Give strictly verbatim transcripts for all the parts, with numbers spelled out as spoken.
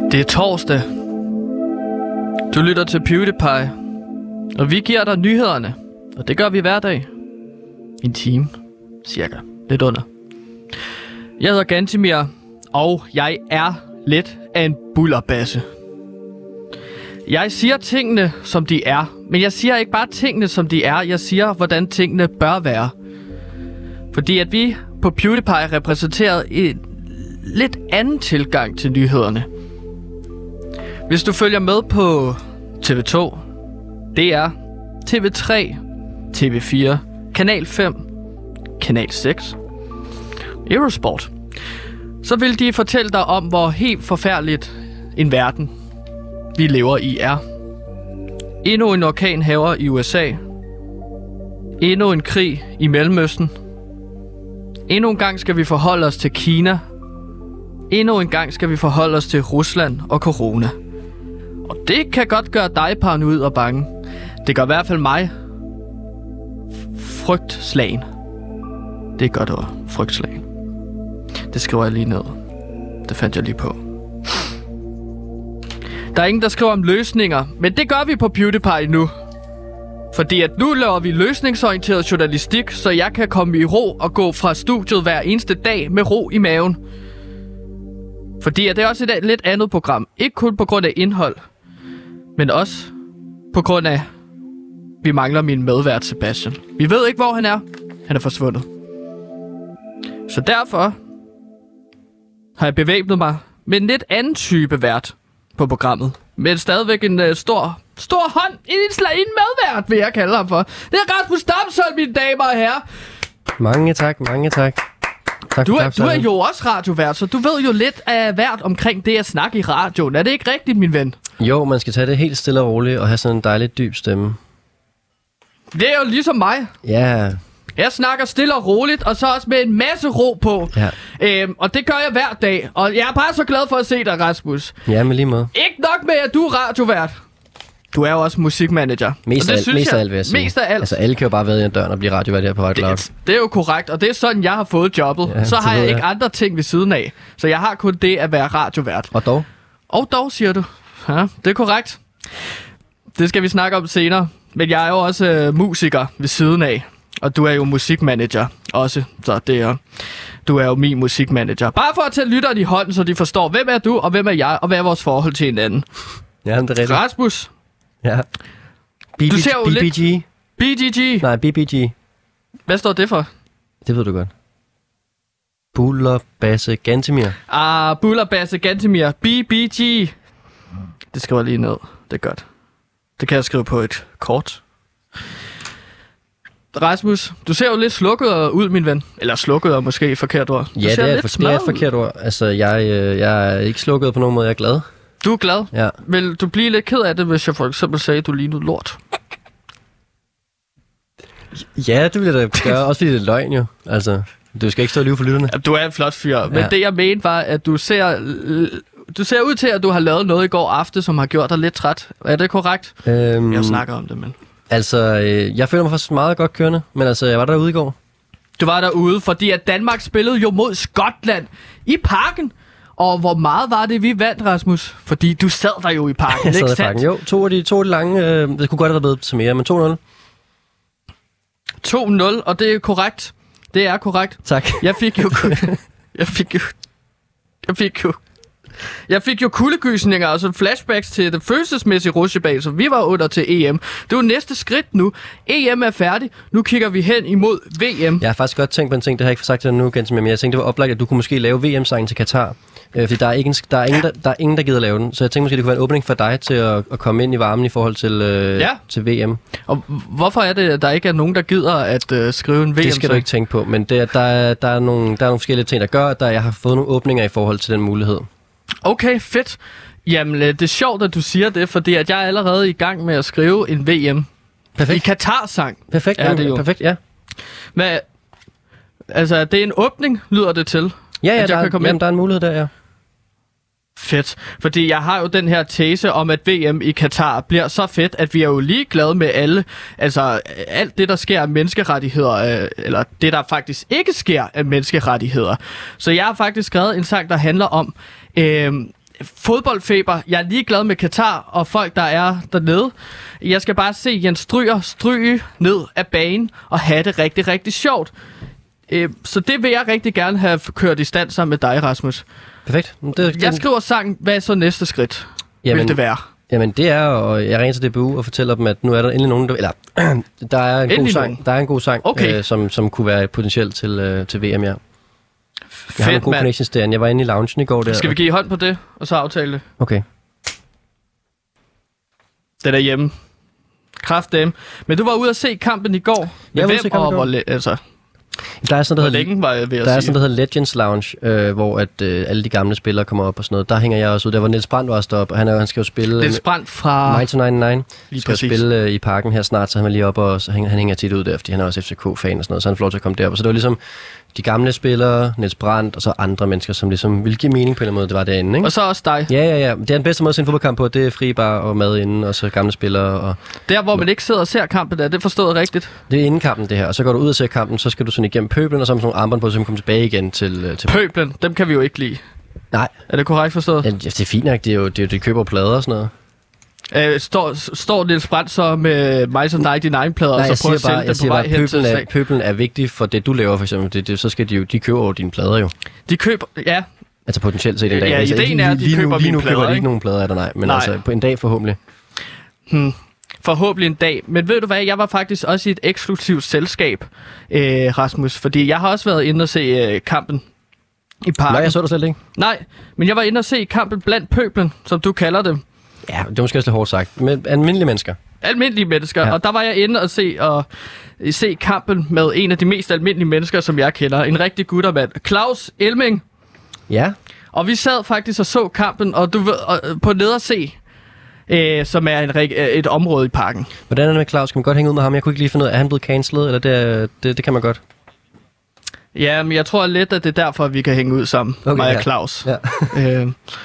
Det er torsdag. Du lytter til PewDiePie, og vi giver dig nyhederne, og det gør vi hver dag. En time, cirka. Lidt under. Jeg hedder Gantimir, og jeg er lidt af en bullerbasse. Jeg siger tingene, som de er, men jeg siger ikke bare tingene, som de er. Jeg siger, hvordan tingene bør være. Fordi at vi på PewDiePie repræsenterer en lidt anden tilgang til nyhederne. Hvis du følger med på T V to, D R, T V tre, T V fire, Kanal fem, Kanal seks, Eurosport, så vil de fortælle dig om, hvor helt forfærdeligt en verden vi lever i er. Endnu en orkan hærger i U S A. Endnu en krig i Mellemøsten. Endnu en gang skal vi forholde os til Kina. Endnu en gang skal vi forholde os til Rusland og corona. Og det kan godt gøre dig paranoid og bange. Det gør i hvert fald mig frygtslagen. Det er godt ord. Frygtslagen. Det skriver jeg lige ned. Det fandt jeg lige på. Der er ingen, der skriver om løsninger, men det gør vi på PewDiePie nu. Fordi at nu laver vi løsningsorienteret journalistik, så jeg kan komme i ro og gå fra studiet hver eneste dag med ro i maven. Fordi at det er også et lidt andet program. Ikke kun på grund af indhold, men også på grund af, vi mangler min medvært Sebastian. Vi ved ikke, hvor han er. Han er forsvundet. Så derfor har jeg bevæbnet mig med en lidt anden type vært på programmet. Men stadigvæk en uh, stor, stor hånd. En, en medvært, vil jeg kalde ham for. Det er Rasmus Damsholm, mine damer og herrer. Mange tak, mange tak. tak du, er, du er jo også radiovært, så du ved jo lidt af hvert omkring det at snakke i radioen. Er det ikke rigtigt, min ven? Jo, man skal tage det helt stille og roligt og have sådan en dejlig dyb stemme. Det er jo ligesom mig. Ja. Yeah. Jeg snakker stille og roligt, og så også med en masse ro på. Ja. Øhm, og det gør jeg hver dag. Og jeg er bare så glad for at se dig, Rasmus. Ja, med lige måde. Ikke nok med, at du er radiovært. Du er jo også musikmanager. Mest af alt, mest af alt, vil jeg sige. Mest af alt. Altså, alle kan jo bare være i døren og blive radiovært her på Radio Loud. Det, det er jo korrekt, og det er sådan, jeg har fået jobbet. Ja, så har jeg, jeg ikke andre ting ved siden af. Så jeg har kun det at være radiovært. Og dog? Og dog, siger du. Ja, det er korrekt. Det skal vi snakke om senere. Men jeg er jo også øh, musiker ved siden af. Og du er jo musikmanager også, så det er, du er jo min musikmanager. Bare for at tage lytterne i hånden, så de forstår, hvem er du, og hvem er jeg, og hvad er vores forhold til hinanden. Ja, det er rigtigt. Rasmus. Ja. B- du ser jo B B G. lidt... B G G? Nej, B B G. Hvad står det for? Det ved du godt. Buller Basse Gantimir. Ah, Buller Basse Gantimir. B B G. Det skriver jeg lige ned. Det er godt. Det kan jeg skrive på et kort. Rasmus, du ser jo lidt slukket ud, min ven. Eller slukket er måske et forkert ord. Du ja, det er, for, det er et forkert ord. Altså, jeg, øh, jeg er ikke slukket på nogen måde. Jeg er glad. Du er glad? Ja. Vil du blive lidt ked af det, hvis jeg for eksempel sagde, at du lignede lort? Ja, det vil jeg da gøre. Også fordi det er løgn, jo. Altså, du skal ikke stå og lyve for lytterne. Ja, du er en flot fyr. Men ja. det, jeg mente, var, at du ser... Du ser ud til, at du har lavet noget i går aften, som har gjort dig lidt træt. Er det korrekt? Øhm, jeg snakker om det, men... Altså, øh, jeg føler mig faktisk meget godt kørende, men altså, jeg var derude i går. Du var derude, fordi at Danmark spillede jo mod Skotland i Parken. Og hvor meget var det, vi vandt, Rasmus? Fordi du sad der jo i Parken, jeg ikke sad i Parken. Jo, to af de, to af de lange, øh, det kunne godt have været til mere, men to nul. to nul, og det er korrekt. Det er korrekt. Tak. Jeg fik jo... jeg fik jo... Jeg fik jo... Jeg fik jo kuldegysninger og sådan flashbacks til det følelsesmæssige rutsjebane, så vi var under til E M. Det var næste skridt nu. E M er færdig. Nu kigger vi hen imod V M. Jeg har faktisk godt tænkt på en ting, det har jeg ikke sagt til dig nu, Gantimir, men jeg tænkte, det var oplagt, at du kunne måske lave V M-sangen til Katar. Øh, fordi der er, ikke en, der, er ingen, der, der er ingen, der gider lave den. Så jeg tænkte måske, det kunne være en åbning for dig til at, at komme ind i varmen i forhold til, øh, ja. til V M. Og hvorfor er det, at der ikke er nogen, der gider at øh, skrive en V M-sang? Det skal du ikke tænke på, men det, der, er, der, er nogle, der er nogle forskellige ting, der gør, at der, jeg har fået nogle åbninger i forhold til den mulighed. Okay, fedt. Jamen, det er sjovt, at du siger det, fordi at jeg er allerede i gang med at skrive en V M. Perfekt. I Katar-sang. Perfekt, er det jo. Perfekt, ja. Men, altså, det er en åbning, lyder det til. Ja, ja, der, er, jamen, der er en mulighed der, ja. Fedt. Fordi jeg har jo den her tese om, at V M i Katar bliver så fedt, at vi er jo ligeglade med alle, altså alt det, der sker af menneskerettigheder, øh, eller det, der faktisk ikke sker af menneskerettigheder. Så jeg har faktisk skrevet en sang, der handler om, øh, fodboldfeber. Jeg er ligeglad med Katar og folk, der er dernede. Jeg skal bare se Jens Stryger stryge ned af banen og have det rigtig, rigtig sjovt. Øh, så det vil jeg rigtig gerne have kørt i stand sammen med dig, Rasmus. Perfekt. Det, det, jeg skriver sang. Hvad er så næste skridt? Jamen, vil det være? Jamen det er, og jeg ringer til D B U og fortæller dem, at nu er der endelig nogen, der, eller der er en god sang, der er en god sang, okay. øh, som, som kunne være potentielt til, øh, til V M, ja. Jeg har Fedt, en god connections der. Jeg var inde i loungen i går der. Skal vi give hånd på det, og så aftale det? Okay. Det er hjemme. Kraft dem. Men du var ude at se kampen i går. Jeg var ude at se kampen i går. Hvor, altså, der er sådan, der hvor hedder, længe var jeg ved at Der sige. er sådan, der hedder Legends Lounge, øh, hvor at, øh, alle de gamle spillere kommer op og sådan noget. Der hænger jeg også ud. Der var Niels Brandt også deroppe, og han, er, han skal jo spille... Niels Brandt fra... nine to ninety-nine. Lige skal præcis. spille øh, i parken her snart, så han var lige op og så hænger, han hænger tit ud der, fordi han er også F C K-fan og sådan noget, så han får lov til at komme derop. Så det var ligesom de gamle spillere, Niels Brandt, og så andre mennesker, som ligesom ville give mening på en eller anden måde, det var derinde, ikke? Og så også dig. Ja, ja, ja. Det er den bedste måde at se en fodboldkamp på, det er fri bar og mad inden, og så gamle spillere. Og der, hvor man ikke sidder og ser kampen, er det forstået rigtigt? Det er inden kampen, det her. Og så går du ud og ser kampen, så skal du sådan igennem pøblen, og så har man sådan nogle armbånd på, så man kommer tilbage igen til... til Pøblen, dem kan vi jo ikke lide. Nej. Er det korrekt forstået? Ja, det er fint nok, det er jo, det er, de køber plader og sådan noget. Øh, står, står Niels Brandt så med mig som nioghalvfems-plader, og så prøver at sælge dem på vej hen til stadion? Pøblen er vigtig for det, du laver, for eksempel. Det, det, så skal de jo, de køber jo dine plader jo. De køber, ja. Altså potentielt set en dag. Ja, altså, ideen er, at de lige køber nu, lige nu mine plader, køber de ikke ikke nogen plader af dig, nej. Men nej. altså på en dag forhåbentlig. Hmm. Forhåbentlig en dag. Men ved du hvad, jeg var faktisk også i et eksklusivt selskab, øh, Rasmus. Fordi jeg har også været inde og se øh, kampen i parken. Nej, jeg så det slet ikke. Nej, men jeg var inde og se kampen blandt pøblen, som du kalder dem. Ja, det er måske også lidt hårdt sagt. Men almindelige mennesker. Almindelige mennesker. Ja. Og der var jeg inde og se, og se kampen med en af de mest almindelige mennesker, som jeg kender. En rigtig guttermand. Claus Elming. Ja. Og vi sad faktisk og så kampen, og du ved, og, på ned se, øh, som er en, et område i parken. Hvordan er det med Claus? Kan man godt hænge ud med ham? Jeg kunne ikke lige finde ud af, er han blevet cancelled, eller det, det, det kan man godt? Ja, men jeg tror lidt, at det er derfor, at vi kan hænge ud sammen, okay, mig og ja. Claus. Ja. øh,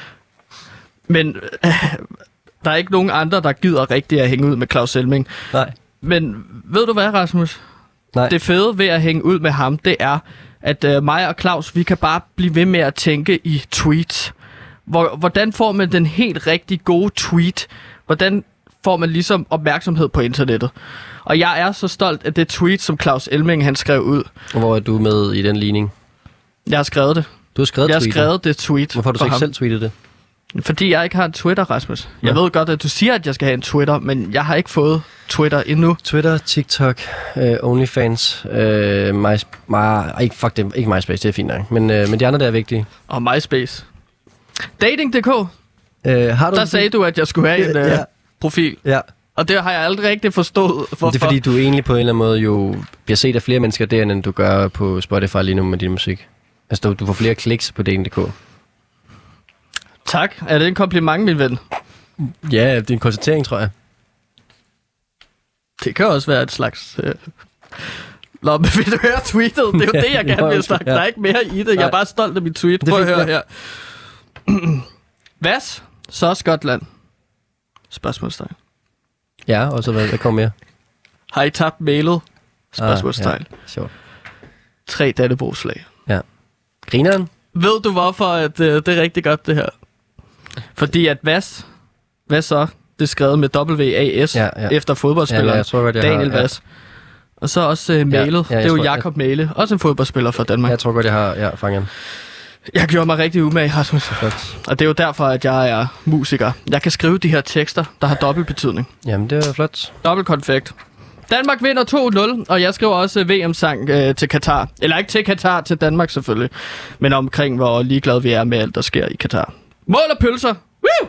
men øh, der er ikke nogen andre, der gider rigtigt at hænge ud med Claus Elming. Nej. Men ved du hvad, Rasmus? Nej. Det fede ved at hænge ud med ham, det er, at øh, mig og Claus, vi kan bare blive ved med at tænke i tweets. Hvor, hvordan får man den helt rigtig gode tweet? Hvordan får man ligesom opmærksomhed på internettet? Og jeg er så stolt af det tweet, som Claus Elming han skrev ud. Hvor er du med i den ligning? Jeg har skrevet det. Du har skrevet Jeg har tweetet? skrevet det tweet. Hvorfor har du så ikke ham. selv tweetet det? Fordi jeg ikke har en Twitter, Rasmus. Jeg ja. ved godt, at du siger, at jeg skal have en Twitter, men jeg har ikke fået Twitter endnu. Twitter, TikTok, uh, OnlyFans, uh, My, my, ikke, fuck det, ikke MySpace, det er fint nok. Men, uh, men de andre der er vigtige. Og MySpace. Dating punktum d k. Uh, har du Der sagde du, at jeg skulle have en uh, ja. profil. Ja. Og det har jeg aldrig rigtig forstået, hvorfor. Det er fordi, du egentlig på en eller anden måde jo bliver set af flere mennesker der, end du gør på Spotify lige nu med din musik. Altså, du, du får flere kliks på dating punktum d k. Tak. Er det en kompliment, min ven? Ja, det er en konstatering, tror jeg. Det kan også være et slags... Øh... Nå, men vil du høre tweetet? Det er jo det, jeg gerne vil snakke. Der er ikke mere i det. Jeg er bare stolt af mit tweet. Prøv at høre her. Hvad? Så Skotland? Spørgsmålstegn. Ja, og så hvad, hvad kommer mere? Har I tabt mailet? Spørgsmålstegn. Ah, ja. Sjovt. Tre Dannebrogsslag. Ja. Grineren? Ved du hvorfor, at øh, det er rigtig godt, det her? Fordi at Vas, hvad så? Det er skrevet med W A S, ja, ja. Efter fodboldspilleren ja, jeg tror godt, jeg Daniel har, ja. Vas. Og så også øh, mailet. Ja, ja, det er jo tror, Jakob jeg... Mæhle, også en fodboldspiller fra Danmark. Jeg tror godt, jeg har ja, fanget ham. Jeg gjorde mig rigtig umage, Rasmus. Og det er jo derfor, at jeg er musiker. Jeg kan skrive de her tekster, der har dobbelt betydning. Jamen, det er flot. Dobbelt konfekt. Danmark vinder to nul, og jeg skriver også V M-sang øh, til Katar. Eller ikke til Katar, til Danmark selvfølgelig. Men omkring, hvor ligeglade vi er med alt, der sker i Katar. Mål og pølser! Woo!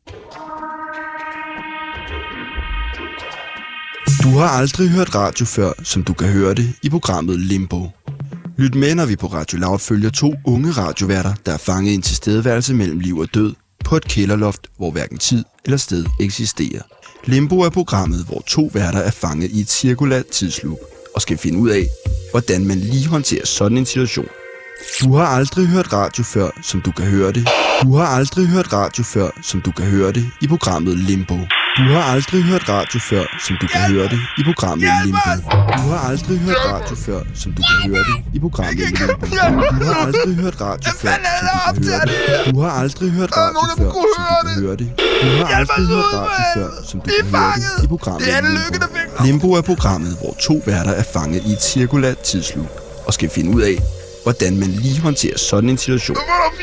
Du har aldrig hørt radio før, som du kan høre det i programmet Limbo. Lyt med, når vi på Radio Loud følger to unge radioværter, der er fanget i en tilstedeværelse mellem liv og død på et kælderloft, hvor hverken tid eller sted eksisterer. Limbo er programmet, hvor to værter er fanget i et cirkulært tidsloop og skal finde ud af, hvordan man lige håndterer sådan en situation. Du har aldrig hørt radio før, som du kan høre det. Du har aldrig hørt radio før, som du kan høre det i programmet Limbo. Du har aldrig hørt radio før, som du kan høre det i programmet Limbo. Du har aldrig hørt radio før, som du kan høre det i programmet Limbo. Du har aldrig hørt radio før, som du kan høre det. Du har aldrig hørt radio før, som du kan høre det. Du har aldrig hørt radio før, som du kan høre det i programmet Limbo. Limbo er programmet, hvor to værter er fanget i et cirkulært tidsloop og skal finde ud af, hvordan man lige håndterer sådan en situation.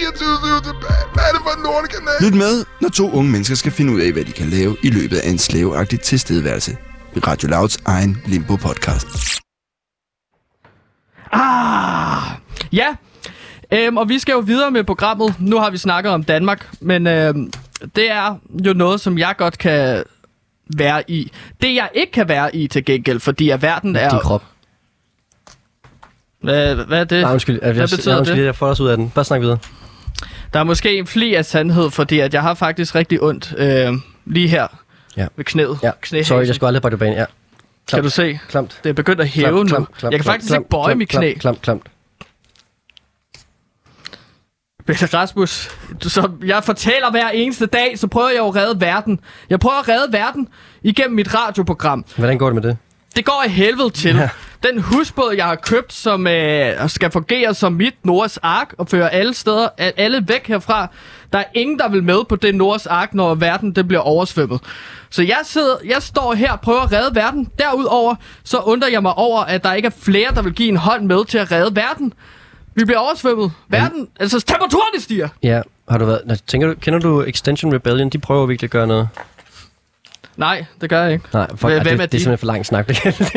Lyt med, når to unge mennesker skal finde ud af, hvad de kan lave i løbet af en slaveagtig tilstedeværelse. I Radio Louds egen Limbo-podcast. Ah, ja. Øhm, og vi skal jo videre med programmet. Nu har vi snakket om Danmark, men øhm, det er jo noget, som jeg godt kan være i. Det, jeg ikke kan være i til gengæld, fordi at verden er... Din krop. Hvad, hvad er det? Nej, undskyld. Jeg, hvad betyder jeg, undskyld, det? Jeg får os ud af den. Bare snak videre. Der er måske en fli af sandhed, fordi at jeg har faktisk rigtig ondt øh, lige her ja. ved knæet. Ja. Knæhasen. Sorry, jeg skulle aldrig på banen. Ja. Kan du se? Klamt. Det er begyndt at hæve klamt, nu. Klamt, klamt, jeg kan klamt, faktisk klamt, ikke bøje klamt, mit knæ. Klamt, klamt, klamt. Rasmus, du, så jeg fortæller hver eneste dag, så prøver jeg jo at redde verden. Jeg prøver at redde verden igennem mit radioprogram. Hvordan går det med det? Det går i helvede til. Ja. Den husbåd, jeg har købt, som øh, skal fungere som mit Noahs ark og føre alle steder, alle væk herfra. Der er ingen, der vil med på det Noahs ark, når verden det bliver oversvømmet. Så jeg, sidder, jeg står her og prøver at redde verden. Derudover så undrer jeg mig over, at der ikke er flere, der vil give en hånd med til at redde verden. Vi bliver oversvømmet. Verden, ja. Altså temperaturen stiger. Ja, har du været... Nå, tænker du, kender du Extinction Rebellion? De prøver virkelig at gøre noget. Nej, det gør jeg ikke. Nej, fuck, Hvem ej, er det, de? det er simpelthen for lang snak.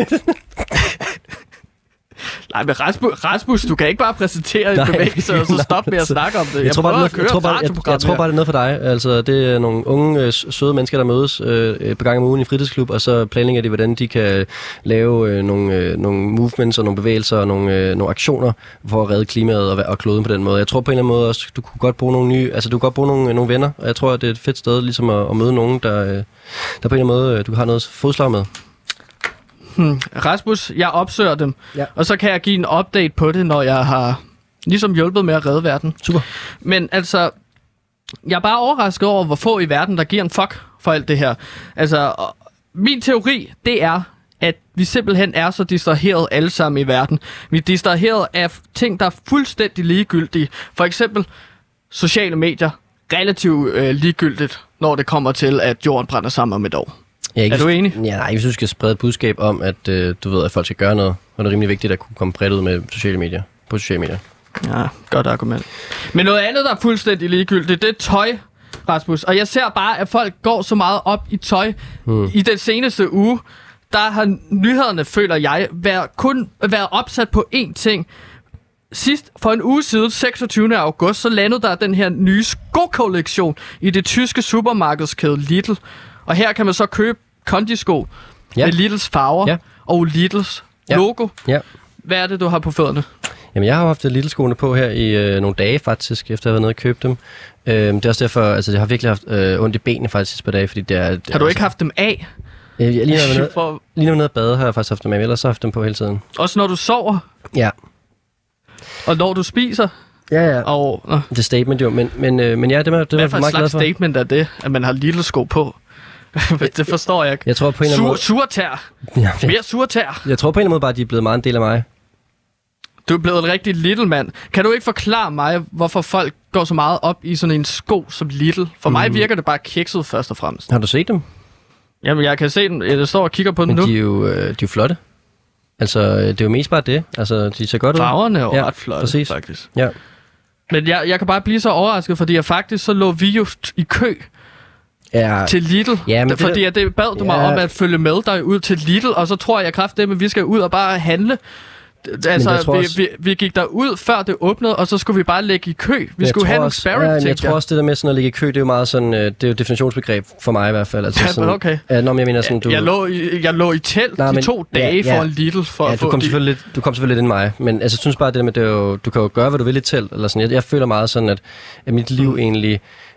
Nej, men Rasmus, Rasmus, du kan ikke bare præsentere en bevægelse, og så stoppe med at snakke om det. Jeg, jeg, tror, prøver bare, at køre jeg, tror, et bare, jeg, radioprogram jeg tror bare, det er noget for dig. Altså, det er nogle unge, øh, søde mennesker, der mødes øh, på gang om ugen i fritidsklub, og så planlægger de, hvordan de kan lave øh, nogle, øh, nogle movements og nogle bevægelser og nogle, øh, nogle aktioner for at redde klimaet og, og kloden på den måde. Jeg tror på en eller anden måde også, du kunne godt bruge nogle nye, altså du kunne godt bruge nogle, nogle venner, og jeg tror, at det er et fedt sted ligesom at, at møde nogen, der, øh, der på en eller anden måde, du har noget fodslag med. Hmm. Rasmus, jeg opsøger dem, ja. og så kan jeg give en update på det, når jeg har ligesom hjulpet med at redde verden. Super. Men altså, jeg er bare overrasket over, hvor få i verden, der giver en fuck for alt det her. Altså, min teori, det er, at vi simpelthen er så distraheret alle sammen i verden. Vi er distraheret af ting, der er fuldstændig ligegyldige. For eksempel sociale medier, relativt øh, ligegyldigt, når det kommer til, at jorden brænder sammen om et år. Jeg er, er du enig? Ja, nej, jeg synes, du skal sprede et budskab om, at øh, du ved, at folk skal gøre noget. Og det er rimelig vigtigt at kunne komme bredt ud med sociale medier. På sociale medier. Ja, godt argument. Men noget andet, der er fuldstændig ligegyldigt, det er tøj, Rasmus. Og jeg ser bare, at folk går så meget op i tøj. Hmm. I den seneste uge, der har nyhederne, føler jeg, været, kun været opsat på én ting. Sidst, for en uge siden, seksogtyvende august, så landede der den her nye skokollektion i det tyske supermarkedskæde Lidl. Og her kan man så købe kondisko ja. med Lidls farver ja. og Lidls ja. logo. Ja. Hvad er det, du har på fødderne? Jamen, jeg har haft Lidl-skoene på her i øh, nogle dage faktisk, efter jeg har været nede og købt dem. Øh, det er også derfor, altså jeg har virkelig haft øh, ondt i benene faktisk et par dage, fordi det er... Det har du er, ikke haft dem af? Øh, lige når jeg var nede, nede og bade, har jeg faktisk haft dem af, ellers har jeg haft dem på hele tiden. Også når du sover? Ja. Og når du spiser? Ja, ja. Og, øh. Det er statement jo, men, men, øh, men ja, det var, det var for meget glad for. Hvad for et slags statement er det, at man har Lidl-sko på? Det forstår jeg ikke. Jeg tror på en eller anden måde... Surtær. Ja, Mere surtær. Jeg tror på en eller anden måde bare, at de er blevet meget en del af mig. Du er blevet en rigtig Lidl-mand. Kan du ikke forklare mig, hvorfor folk går så meget op i sådan en sko som Lidl? For mm. mig virker det bare kikset først og fremmest. Har du set dem? Jamen, jeg kan se dem. Jeg står og kigger på dem men nu. De er jo, øh, de er jo flotte. Altså, det er jo mest bare det. Altså, de ser godt ud. Farverne er jo ja, ret flotte, præcis. faktisk. Ja. Men jeg, jeg kan bare blive så overrasket, fordi jeg faktisk så lå vi jo i kø ja. til Lidl. Ja, men fordi det, det bad du ja. mig om at følge med dig ud til Lidl, og så tror jeg kraftedeme, at vi skal ud og bare handle. Altså, vi, også... vi, vi gik derud før det åbnede, og så skulle vi bare lægge i kø. Vi skulle have nogle sparring ja, jeg tror også, det der med sådan at ligge i kø, det er jo meget sådan, det er jo et definitionsbegreb for mig i hvert fald. Altså, ja, sådan, okay. Ja, når jeg mener sådan, du... Jeg lå i, jeg lå i telt Nej, men, de to dage ja, ja. for en Lidl for ja, at du få... kom, selvfølgelig lidt, du kom selvfølgelig lidt ind mig, men altså, jeg synes bare, det der med, det er jo, du kan jo gøre, hvad du vil i telt, eller sådan. Jeg, jeg føler meget sådan, at, at mit liv mm. egentlig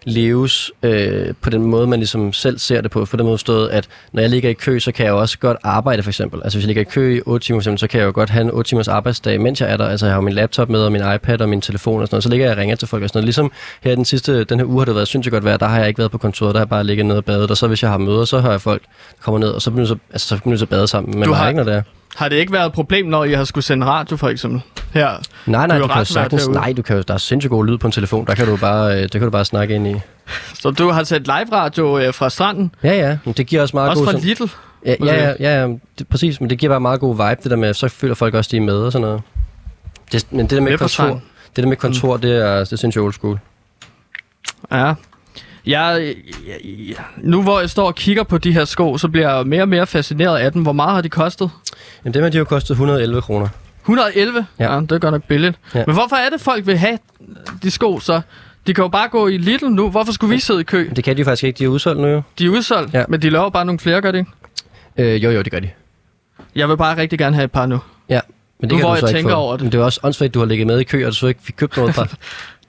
leves øh, på den måde, man ligesom selv ser det på. For den måde forstået, at når jeg ligger i kø, så kan jeg jo også godt arbejde, for eksempel. Altså hvis jeg ligger i kø i otte timer, for eksempel, så kan jeg jo godt have en otte timers arbejdsdag, mens jeg er der. Altså jeg har min laptop med, og min iPad og min telefon og sådan noget. Så ligger jeg og ringer til folk og sådan noget. Ligesom her den sidste, den her uge har det været sindssygt godt vejr. Der har jeg ikke været på kontoret, der har jeg bare ligget nede og badet. Og så hvis jeg har møder, så har jeg folk, der kommer ned, og så begynder så, altså, så begynder så at bade sammen. Men Du har har- ikke noget der. Har det ikke været et problem, når I har skulle sende radio, for eksempel? Her. Nej, nej, Du er du jo kan jo ret svært sagtens, herude. nej, du kan jo, der er sindssygt god lyd på en telefon. Der kan du bare, øh, det kan du bare snakke ind i. Så du har sendt live radio øh, fra stranden? Ja, ja, men det giver også meget Også god... fra sådan- Lidl? Ja, ja, ja, ja, ja det, præcis, men det giver bare meget god vibe, det der med, så føler folk også, de er med og sådan noget. Det, men det der med Med på kontor, stranden. det der med kontor, det er, det er sindssygt old school. Ja. Jeg, jeg, jeg, nu hvor jeg står og kigger på de her sko, så bliver jeg mere og mere fascineret af dem. Hvor meget har de kostet? Jamen dem her, de har jo kostet et hundrede og elleve kroner. et hundrede og elleve? Ja. Ja, det er godt nok billigt. Ja. Men hvorfor er det, folk vil have de sko så? De kan jo bare gå i Lidl nu. Hvorfor skulle vi sidde i kø? Det kan de jo faktisk ikke, de er udsolgt nu jo. De er udsolgt, Ja. men de laver bare nogle flere, gør de ikke? Øh, jo, jo, det gør de. Jeg vil bare rigtig gerne have et par nu. Ja, men det Nu, kan hvor du jeg så ikke tænker få. over det. Men det er også åndssvagt, du har ligget med i kø, og du så ikke fik købt noget fra.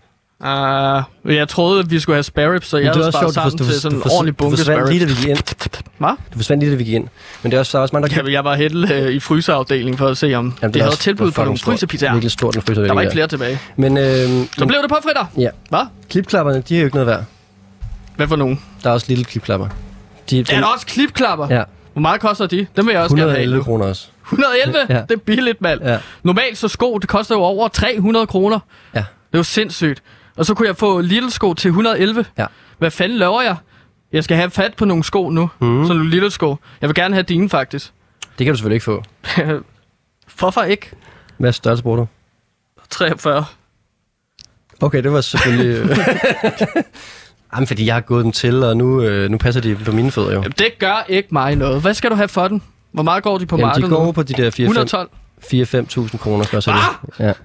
Uh, jeg troede, at vi skulle have spare ribs, så jeg Men det havde er også sparet sjovt, sammen du, til du, sådan en du, ordentlig du bunke spare forsvandt lige, da ribs. vi gik ind. Hvad? Du forsvandt lige, da vi gik ind. Men det er også, der er også mange, der Jamen, jeg var helt øh, i fryseafdelingen for at se, om Jamen, de det er havde også- tilbud det på var nogle fucking stort. frysepizzaer. Virkelig stort, den fryser. Der var ikke flere tilbage. Men, øh, Så men blev det pomfritter. ja, Hvad? klipklapperne, de er jo ikke noget værd. Hvad for nogen? Der er også lille klipklapper. De, Er der også klipklapper? Ja, Hvor meget koster de? Dem vil jeg også et hundrede gerne og have. elleve nu. kroner også. et hundrede og elleve? Ja. Det er billigt, mand. Ja. Normalt så sko, det koster jo over tre hundrede kroner. Ja. Det er jo sindssygt. Og så kunne jeg få lille sko til et hundrede og elleve. Ja. Hvad fanden laver jeg? Jeg skal have fat på nogle sko nu. Mhm. Sådan nogle lille sko. Jeg vil gerne have dine, faktisk. Det kan du selvfølgelig ikke få. Hvorfor ikke? Hvad størrelse bruger du? treogfyrre. Okay, det var selvfølgelig... Jamen, fordi jeg har gået dem til, og nu, øh, nu passer de på mine fødder jo. Jamen, det gør ikke mig noget. Hvad skal du have for den? Hvor meget går de på Jamen, de markedet går nu? på de der et hundrede og tolv. fire til fem tusind kroner, skal jeg sige. Hvad? Ja.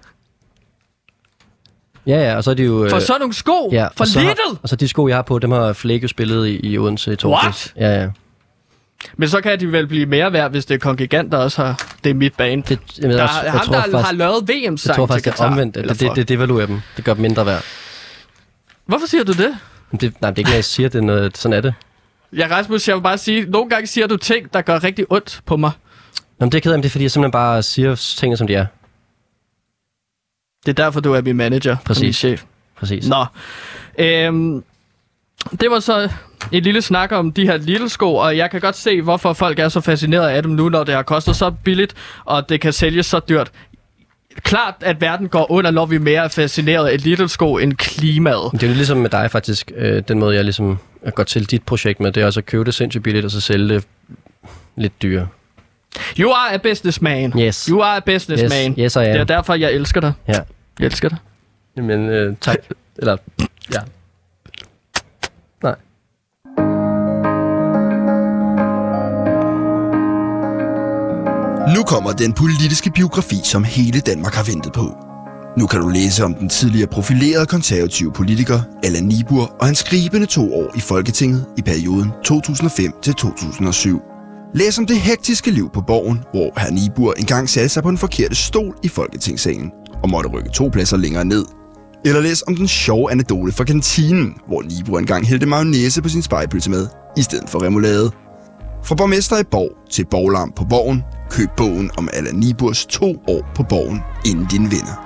Ja, ja, og så er de jo... For øh, sådan nogle sko? ja, For og så har- Lidl? Og så de sko, jeg har på, dem har Flake jo spillet i, i Odense i torsdags. Ja, ja. Men så kan de vel blive mere værd, hvis det er Kongigant, der også har... Det er mit bane. Det, jeg, mener, Der, også, er jeg, ham, tror der faktisk, har lavet V M-sang jeg tror faktisk, til det er Qatar, omvendt. eller Det, det, for- det devaluerer dem. Det gør dem mindre værd. Hvorfor siger du det? Men Det, nej, det er ikke noget, jeg siger. Det er noget, sådan er det. Ja, Rasmus, jeg vil bare sige, nogle gange siger du ting, der gør rigtig ondt på mig. Nå, men det er jeg ked af, men det er fordi, jeg simpelthen bare siger tingene, som de er. Det er derfor, du er min manager. Præcis. Og min chef. Præcis. Nå. Øhm, det var så en lille snak om de her lille sko, og jeg kan godt se, hvorfor folk er så fascineret af dem nu, når det har kostet så billigt, og det kan sælges så dyrt. Klart, at verden går under, når vi er mere fascineret af lille sko end klimaet. Det er jo ligesom med dig faktisk, øh, den måde, jeg ligesom går til dit projekt med, det er også at købe det sindssygt billigt, og så sælge det lidt dyrere. You are a businessman. Yes. You are a businessman. Yes, yes I am. Det er derfor, jeg elsker dig. Ja. Jeg elsker dig. Men øh, tak. Eller, ja. Nej. Nu kommer den politiske biografi, som hele Danmark har ventet på. Nu kan du læse om den tidligere profilerede konservative politiker Allan Niburg og hans skribende to år i Folketinget i perioden to tusind og fem til to tusind og syv. Læs om det hektiske liv på Borgen, hvor hr. Niburg engang satte sig på den forkerte stol i Folketingssalen og måtte rykke to pladser længere ned. Eller læs om den sjove anekdote fra kantinen, hvor Niburg engang hældte mayonnaise på sin spegepølse med, i stedet for remoulade. Fra borgmester i Borg til borglarm på Borgen, køb bogen om Allan Niburgs to år på Borgen, inden din vinder.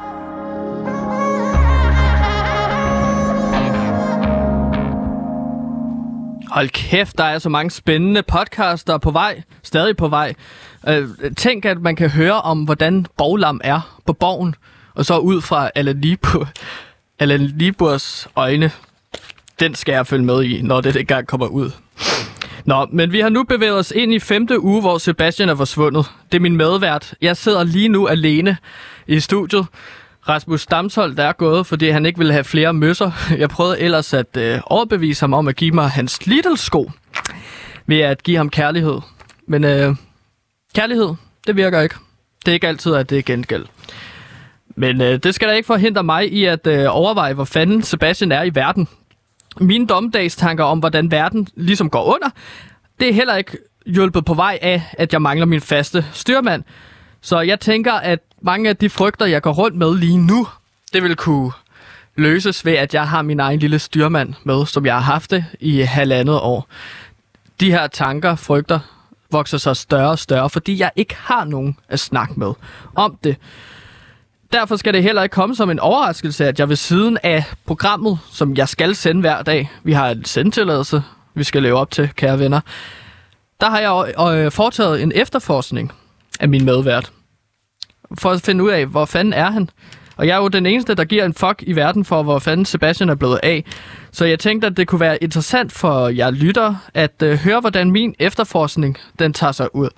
Hold kæft, der er så mange spændende podcaster på vej. Stadig på vej. Øh, tænk, at man kan høre om, hvordan Borglam er på Borgen. Og så ud fra Allan Niburg, Allan Niburgs øjne. Den skal jeg følge med i, når det engang kommer ud. Nå, men vi har nu bevæget os ind i femte uge, hvor Sebastian er forsvundet. Det er min medvært. Jeg sidder lige nu alene i studiet. Rasmus Damsholdt er gået, fordi han ikke ville have flere møsser. Jeg prøvede ellers at øh, overbevise ham om at give mig hans Lidl-sko ved at give ham kærlighed. Men øh, kærlighed, det virker ikke. Det er ikke altid, at det er gengæld. Men øh, det skal da ikke forhindre mig i at øh, overveje, hvor fanden Sebastian er i verden. Mine dommedagstanker om, hvordan verden ligesom går under, det er heller ikke hjulpet på vej af, at jeg mangler min faste styrmand. Så jeg tænker, at mange af de frygter, jeg går rundt med lige nu, det vil kunne løses ved, at jeg har min egen lille styrmand med, som jeg har haft det i halvandet år. De her tanker, frygter, vokser så større og større, fordi jeg ikke har nogen at snakke med om det. Derfor skal det heller ikke komme som en overraskelse, at jeg ved siden af programmet, som jeg skal sende hver dag, vi har en sendetilladelse, vi skal leve op til, kære venner, der har jeg øh, foretaget en efterforskning af min medvært, for at finde ud af, hvor fanden er han. Og jeg er jo den eneste, der giver en fuck i verden for, hvor fanden Sebastian er blevet af. Så jeg tænkte, at det kunne være interessant for jer lytter, at øh, høre, hvordan min efterforskning, den tager sig ud.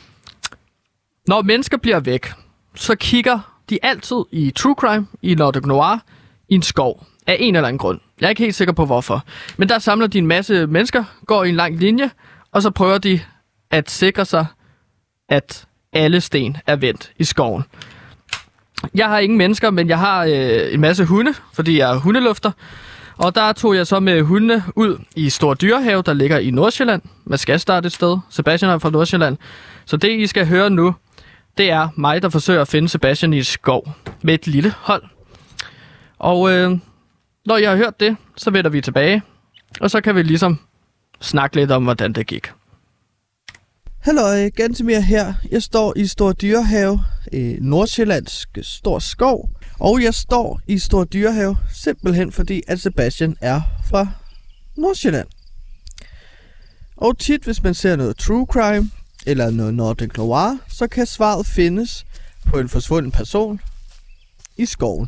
Når mennesker bliver væk, så kigger de altid i true crime, i Nordic Noir, i en skov, af en eller anden grund. Jeg er ikke helt sikker på, hvorfor. Men der samler de en masse mennesker, går i en lang linje, og så prøver de at sikre sig, at alle sten er vendt i skoven. Jeg har ingen mennesker, men jeg har øh, en masse hunde, fordi jeg er hundelufter. Og der tog jeg så med hundene ud i Stor Dyrehave, der ligger i Nordsjælland. Man skal starte et sted. Sebastian er fra Nordsjælland. Så det, I skal høre nu, det er mig, der forsøger at finde Sebastian i et skov med et lille hold. Og øh, når jeg har hørt det, så vender vi tilbage. Og så kan vi ligesom snakke lidt om, hvordan det gik. Halløj, Gantemir her. Jeg står i Stor Dyrehave, i Nordsjællandsk Stor Skov. Og jeg står i Stor Dyrehave simpelthen fordi, at Sebastian er fra Nordsjælland. Og tit, hvis man ser noget true crime eller noget Nordic Noir, så kan svaret findes på en forsvunden person i skoven.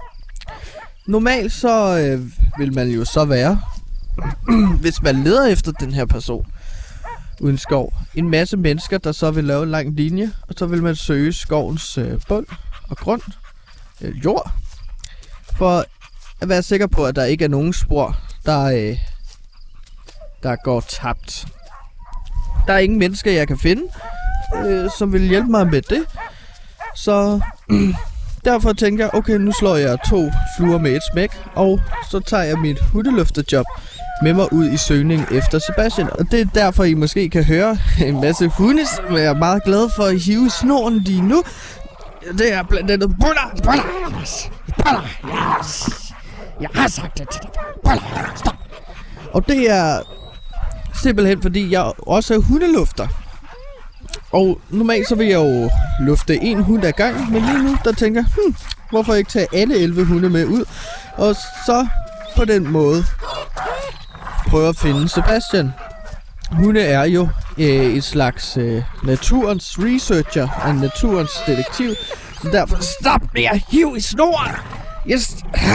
Normalt så øh, vil man jo så være, hvis man leder efter den her person uden skov, en masse mennesker, der så vil lave en lang linje, og så vil man søge skovens øh, bund og grund, øh, jord, for at være sikker på, at der ikke er nogen spor, der, øh, der går tabt. Der er ingen mennesker, jeg kan finde, øh, som vil hjælpe mig med det. Så derfor tænker jeg, okay, nu slår jeg to fluer med et smæk, og så tager jeg mit hundeløfterjob med mig ud i søgning efter Sebastian. Og det er derfor, I måske kan høre en masse hunde, som jeg er meget glad for at hive snoren lige nu. Det er blandt andet Buller, Buller, Buller, yes. Jeg har sagt det til dig. Buller, stop. Og det er simpelthen fordi, jeg også er hundelufter. Og normalt så vil jeg jo lufte en hund ad gang, men lige nu der tænker jeg, hmm, hvorfor ikke tage alle elleve hunde med ud? Og så på den måde prøve at finde Sebastian. Hunde er jo øh, et slags øh, naturens researcher, en naturens detektiv. Så derfor stop med at hive i snoren! Yes.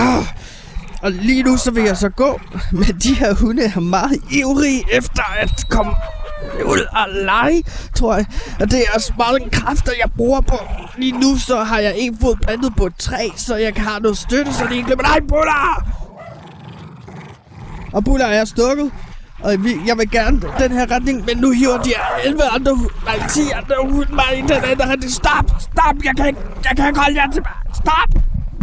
Og lige nu så vil jeg så gå, men de her hunde er meget ivrige efter at komme ud og lege, tror jeg. Og det er også mange kræfter, jeg bruger på. Lige nu så har jeg en fod plantet på et træ, så jeg har noget støtte, så de ikke glemmer. Nej, Buller! Og Buller er stukket. Og jeg vil gerne den her retning, men nu hiver de elleve andre hunde, nej, ti andre hunde mig i den anden retning. Stop! Stop! Jeg kan ikke, jeg kan ikke holde jer tilbage. Stop!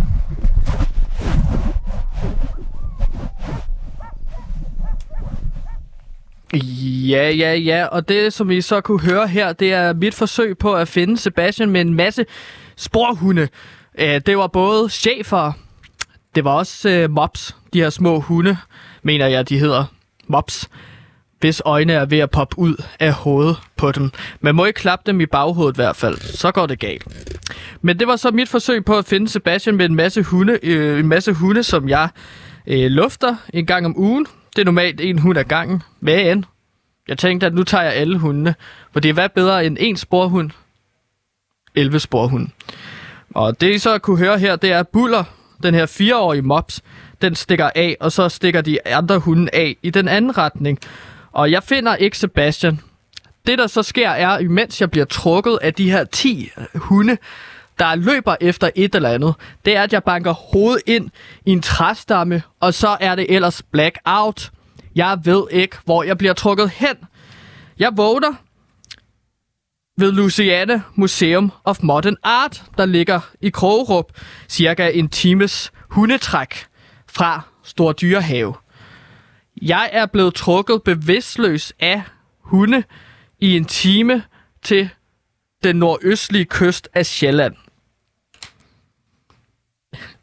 Ja, ja, ja, og det, som I så kunne høre her, det er mit forsøg på at finde Sebastian med en masse sporhunde. Det var både chefer, det var også øh, mops, de her små hunde, mener jeg, de hedder. Mops, hvis øjne er ved at poppe ud af hovedet på dem. Man må ikke klappe dem i baghovedet i hvert fald, så går det galt. Men det var så mit forsøg på at finde Sebastian med en masse hunde, øh, en masse hunde, som jeg øh, lufter en gang om ugen. Det er normalt en hund ad gangen. Men jeg tænkte, at nu tager jeg alle hundene, for det er hvad bedre end en sporhund? elleve sporhunde. Og det I så kunne høre her, det er Buller, den her fireårige mops, den stikker af, og så stikker de andre hunde af i den anden retning. Og jeg finder ikke Sebastian. Det der så sker er, imens jeg bliver trukket af de her ti hunde, der løber efter et eller andet, det er, at jeg banker hovedet ind i en træstamme, og så er det ellers blackout. Jeg ved ikke, hvor jeg bliver trukket hen. Jeg vågner ved Louisiana Museum of Modern Art, der ligger i Krogerup, cirka en times hundetræk fra Stor Dyrehave. Jeg er blevet trukket bevidstløs af hunde i en time til den nordøstlige kyst af Sjælland.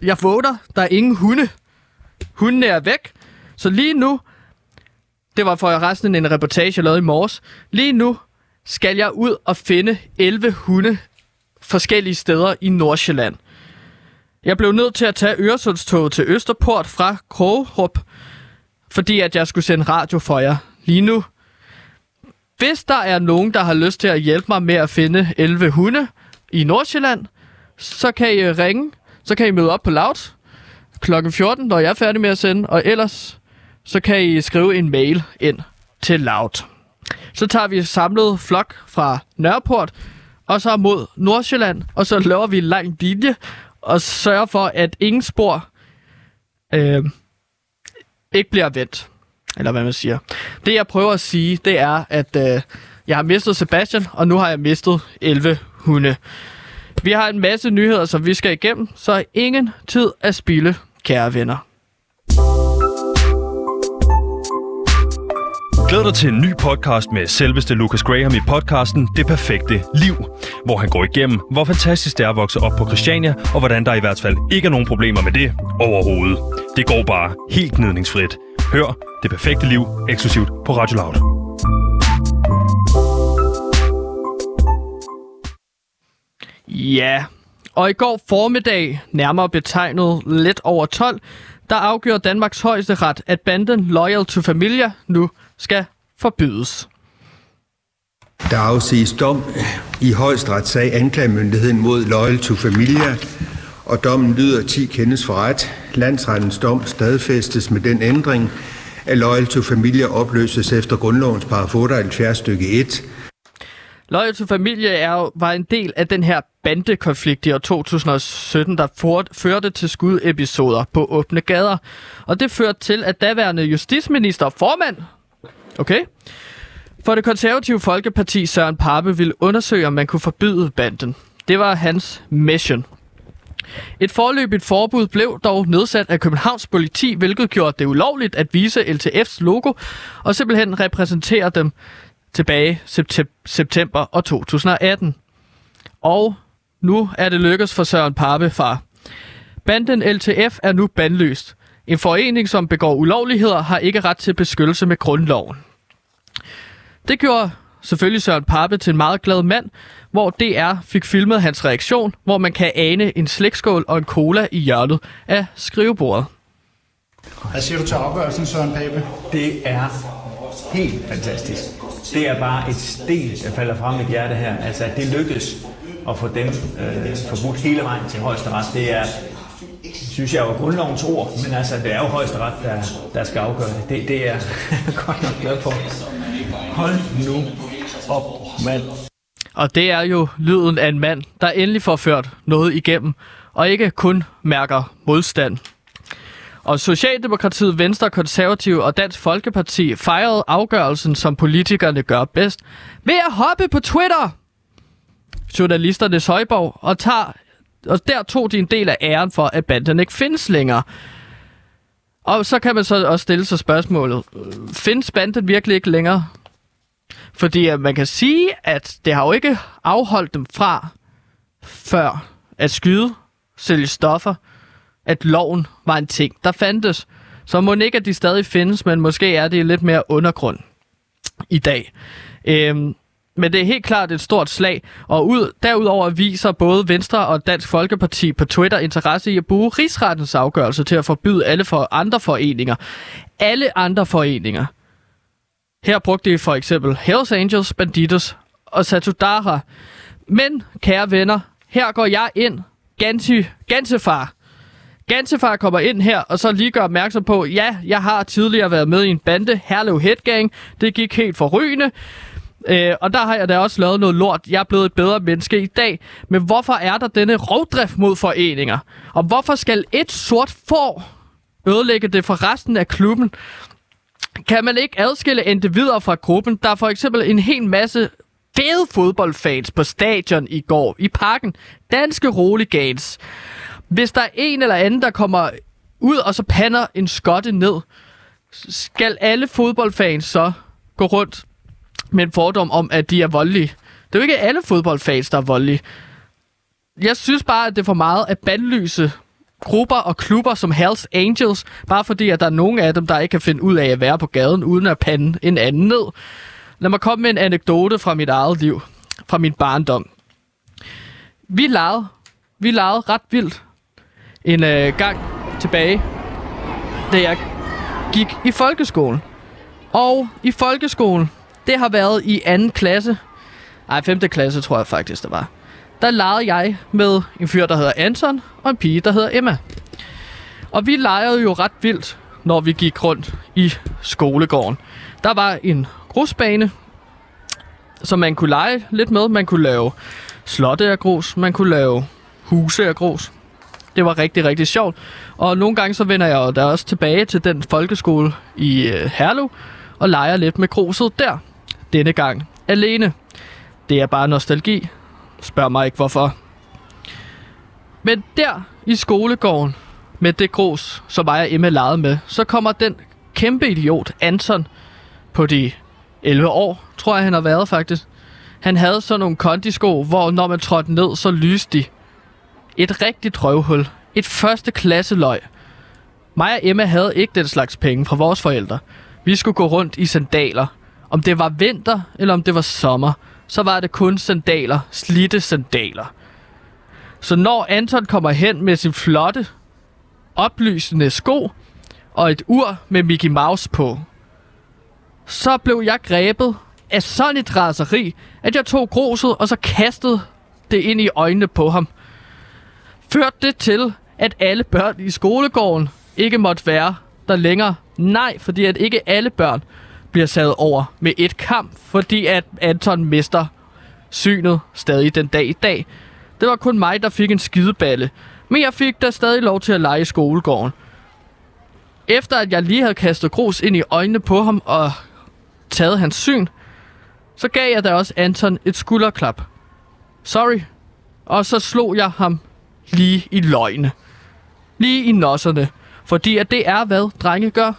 jeg vågner, der er ingen hunde. Hundene er væk. Så lige nu, det var for resten en reportage, jeg lavede i morges. Lige nu skal jeg ud og finde elleve hunde forskellige steder i Nordsjælland. Jeg blev nødt til at tage Øresundstoget til Østerport fra Krogerup, fordi at jeg skulle sende radio for jer lige nu. Hvis der er nogen, der har lyst til at hjælpe mig med at finde elleve hunde i Nordsjælland, så kan I ringe, så kan I møde op på Loud klokken fjorten, når jeg er færdig med at sende, og ellers så kan I skrive en mail ind til Loud. Så tager vi samlet flok fra Nørreport, og så mod Nordsjælland, og så laver vi en lang linje, og sørger for, at ingen spor øh, ikke bliver vendt. Eller hvad man siger. Det jeg prøver at sige, det er, at øh, jeg har mistet Sebastian, og nu har jeg mistet elleve hunde. Vi har en masse nyheder, som vi skal igennem, så ingen tid at spilde, kære venner. Glæd dig til en ny podcast med selveste Lucas Graham i podcasten Det Perfekte Liv, hvor han går igennem, hvor fantastisk det er at vokse op på Christiania, og hvordan der i hvert fald ikke er nogen problemer med det overhovedet. Det går bare helt gnidningsfrit. Hør Det Perfekte Liv eksklusivt på Radio Loud. Ja, og i går formiddag, nærmere betegnet lidt over tolv, der afgjorde Danmarks højeste ret, at banden Loyal to Familia nu skal forbydes. Der afsiges dom i højesteretssag anklagemyndigheden mod Loyal to Familia, og dommen lyder ti kendes for ret. Landsrettens dom stadfæstes med den ændring, at Loyal to Familia opløses efter grundlovens paragraf otteoghalvfjerds stykke et. Loyal to Familia er jo, var en del af den her bandekonflikt i år to tusind og sytten, der for, førte til skudepisoder på åbne gader. Og det førte til, at daværende justitsminister og formand, okay, for det konservative Folkeparti Søren Pape ville undersøge, om man kunne forbyde banden. Det var hans mission. Et foreløbigt forbud blev dog nedsat af Københavns politi, hvilket gjorde det ulovligt at vise L T F's logo og simpelthen repræsentere dem tilbage september og to tusind og atten. Og nu er det lykkedes for Søren Pape far. Banden L T F er nu bandlyst. En forening, som begår ulovligheder, har ikke ret til beskyttelse med grundloven. Det gjorde selvfølgelig Søren Pape til en meget glad mand, hvor D R fik filmet hans reaktion, hvor man kan ane en slikskål og en cola i hjørnet af skrivebordet. Hvad siger du til afgørelsen, Søren Pape? Det er helt fantastisk. Det er bare et sten, der falder frem i mit hjerte her. Altså, at det lykkes at få dem øh, forbudt hele vejen til højesteret. Det er, synes jeg, jo grundlovens ord, men altså, det er jo højesteret, der, der skal afgøre det. Det, det er godt nok glad for. Hold nu op, mand. Og det er jo lyden af en mand, der endelig får ført noget igennem, og ikke kun mærker modstand. Og Socialdemokratiet, Venstre, Konservative og Dansk Folkeparti fejrede afgørelsen, som politikerne gør bedst, ved at hoppe på Twitter. Journalisternes højborg, og, tager, og der tog de en del af æren for, at banden ikke findes længere. Og så kan man så også stille sig spørgsmålet, findes banden virkelig ikke længere? Fordi at man kan sige, at det har jo ikke afholdt dem fra før at skyde, sælge stoffer, at loven var en ting, der fandtes. Så må ikke, at de stadig findes, men måske er det lidt mere undergrund i dag. Øhm, men det er helt klart et stort slag, og ud, derudover viser både Venstre og Dansk Folkeparti på Twitter interesse i at bruge rigsrettens afgørelse til at forbyde alle for andre foreninger. Alle andre foreninger. Her brugte de for eksempel Hells Angels, Bandidos og Satudara. Men, kære venner, her går jeg ind. Ganti, Gansefar. Gansefar kommer ind her, og så lige gør opmærksom på, ja, jeg har tidligere været med i en bande, Herlev Headgang. Det gik helt forrygende. Øh, og der har jeg da også lavet noget lort. Jeg er blevet et bedre menneske i dag. Men hvorfor er der denne rovdrift mod foreninger? Og hvorfor skal et sort får ødelægge det for resten af klubben? Kan man ikke adskille individer fra gruppen? Der er for eksempel en hel masse fede fodboldfans på stadion i går i parken. Danske roligans. Hvis der er en eller anden, der kommer ud og så pander en skotte ned, skal alle fodboldfans så gå rundt med en fordom om, at de er voldelige. Det er jo ikke alle fodboldfans, der er voldelige. Jeg synes bare, at det er for meget at bandlyse grupper og klubber som Hells Angels, bare fordi, at der er nogle af dem, der ikke kan finde ud af at være på gaden, uden at pande en anden ned. Lad mig komme med en anekdote fra mit eget liv, fra min barndom. Vi legede, vi legede ret vildt en øh, gang tilbage, da jeg gik i folkeskolen. Og i folkeskolen, det har været i anden klasse, ej, femte klasse tror jeg faktisk, det var. Der legede jeg med en fyr, der hedder Anton, og en pige, der hedder Emma. Og vi legede jo ret vildt, når vi gik rundt i skolegården. Der var en grusbane, som man kunne lege lidt med. Man kunne lave slotte af grus, man kunne lave huse af grus. Det var rigtig, rigtig sjovt. Og nogle gange så vender jeg jo der også tilbage til den folkeskole i øh, Herlev, og leger lidt med gruset der. Denne gang alene. Det er bare nostalgi. Spørg mig ikke hvorfor. Men der i skolegården, med det grus, som mig og Emma legede med, så kommer den kæmpe idiot, Anton, på de elleve år, tror jeg han har været faktisk. Han havde sådan nogle kondisko, hvor når man trådte ned, så lyste de. Et rigtigt røvhul. Et første klasse løg. Mig og Emma havde ikke den slags penge fra vores forældre. Vi skulle gå rundt i sandaler. Om det var vinter, eller om det var sommer, så var det kun sandaler. Slidte sandaler. Så når Anton kommer hen med sin flotte, oplysende sko og et ur med Mickey Mouse på, så blev jeg grebet af sådan et raseri, at jeg tog gruset og så kastede det ind i øjnene på ham. Førte det til, at alle børn i skolegården ikke måtte være der længere? Nej, fordi at ikke alle børn bliver sat over med et kamp, fordi at Anton mister synet stadig den dag i dag. Det var kun mig, der fik en skideballe, men jeg fik da stadig lov til at lege i skolegården. Efter at jeg lige havde kastet grus ind i øjnene på ham og taget hans syn, så gav jeg da også Anton et skulderklap. Sorry. Og så slog jeg ham lige i løgne. Lige i nosserne. Fordi at det er, hvad drenge gør.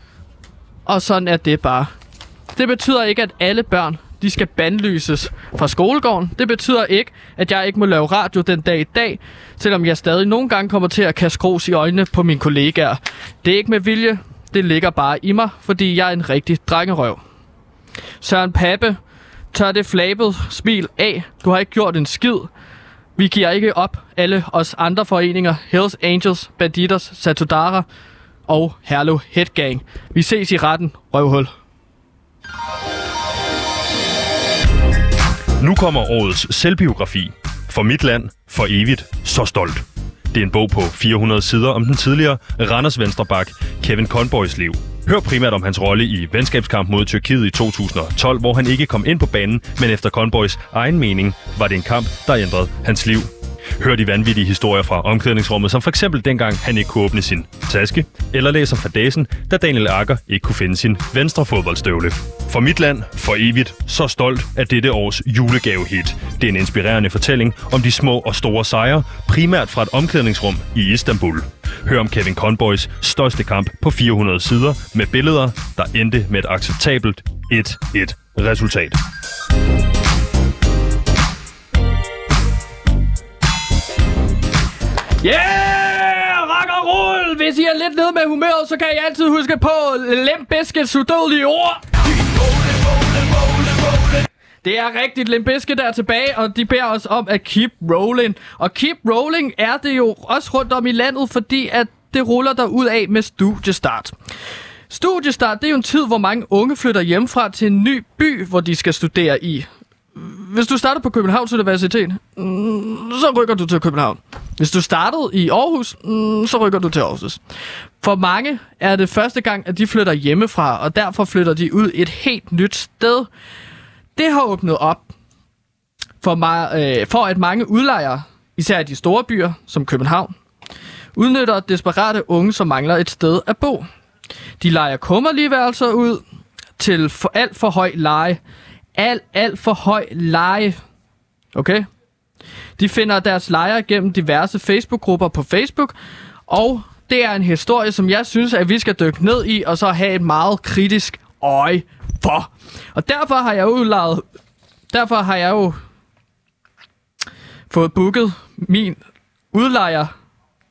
Og sådan er det bare. Det betyder ikke, at alle børn, de skal bandlyses fra skolegården. Det betyder ikke, at jeg ikke må lave radio den dag i dag, selvom jeg stadig nogle gange kommer til at kaste grus i øjnene på mine kollegaer. Det er ikke med vilje. Det ligger bare i mig, fordi jeg er en rigtig drengerøv. Søren Pape, tør det flabet smil af. Du har ikke gjort en skid. Vi giver ikke op. Alle os andre foreninger, Hells Angels, Bandidos, Satudara og Herlev Headgang. Vi ses i retten, røvhul. Nu kommer årets selvbiografi. For mit land, for evigt, så stolt. Det er en bog på fire hundrede sider om den tidligere Randers venstreback Kevin Conboys liv. Hør primært om hans rolle i venskabskamp mod Tyrkiet i to tusind og tolv, hvor han ikke kom ind på banen, men efter Conboys egen mening var det en kamp, der ændrede hans liv. Hør de vanvittige historier fra omklædningsrummet, som for eksempel dengang han ikke kunne åbne sin taske, eller læs om fadæsen, da Daniel Agger ikke kunne finde sin venstre fodboldstøvle. For mit land, for evigt, så stolt af dette års julegavehit. Det er en inspirerende fortælling om de små og store sejre, primært fra et omklædningsrum i Istanbul. Hør om Kevin Conboys største kamp på fire hundrede sider med billeder, der endte med et acceptabelt et et resultat. Yeah! Rock og roll! Hvis I er lidt nede med humøret, så kan I altid huske på Limp Bizkits udødelige ord. Det er rigtigt. Limp Bizkit er tilbage, og de beder os om at keep rolling. Og keep rolling er det jo også rundt om i landet, fordi at det ruller der ud af med studiestart. Studiestart, det er jo en tid, hvor mange unge flytter hjemmefra til en ny by, hvor de skal studere i. Hvis du starter på Københavns Universitet, så rykker du til København. Hvis du startede i Aarhus, så rykker du til Aarhus. For mange er det første gang, at de flytter hjemmefra, og derfor flytter de ud et helt nyt sted. Det har åbnet op for, mig, øh, for at mange udlejere, især i de store byer som København, udnytter desperate unge, som mangler et sted at bo. De lejer kummerlige værelser ud til for alt for høj leje. Alt, alt for høj leje. Okay? De finder deres lejere gennem diverse Facebook-grupper på Facebook, og det er en historie, som jeg synes, at vi skal dykke ned i, og så have et meget kritisk øje for. Og derfor har jeg jo lavet, derfor har jeg jo fået booket min udlejer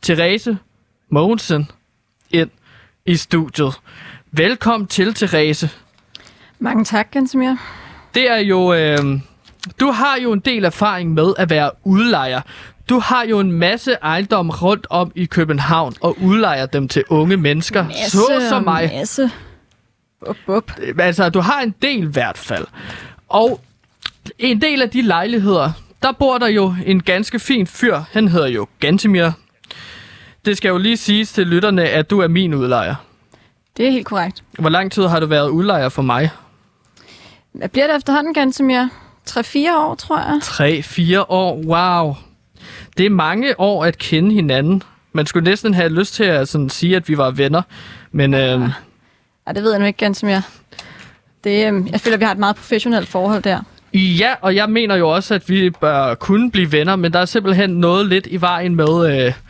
Therese Mogensen ind i studiet. Velkommen til, Therese. Mange tak, Gantemir. Det er jo... Øh, du har jo en del erfaring med at være udlejer. Du har jo en masse ejendomme rundt om i København og udlejer dem til unge mennesker. Masse så som mig. Masse. Bup, bup. Altså, du har en del i hvert fald. Og en del af de lejligheder, der bor der jo en ganske fin fyr. Han hedder jo Gantemir. Det skal jo lige siges til lytterne, at du er min udlejer. Det er helt korrekt. Hvor lang tid har du været udlejer for mig? Hvad bliver det efterhånden, Gantemir? tre fire år, tror jeg. tre fire år, wow. Det er mange år at kende hinanden. Man skulle næsten have lyst til at sådan sige, at vi var venner. Men ja. øh... ja, det ved jeg nu ikke, Gantemir. Det, øh, jeg føler, at vi har et meget professionelt forhold der. Ja, og jeg mener jo også, at vi bør kunne blive venner, men der er simpelthen noget lidt i vejen med, øh,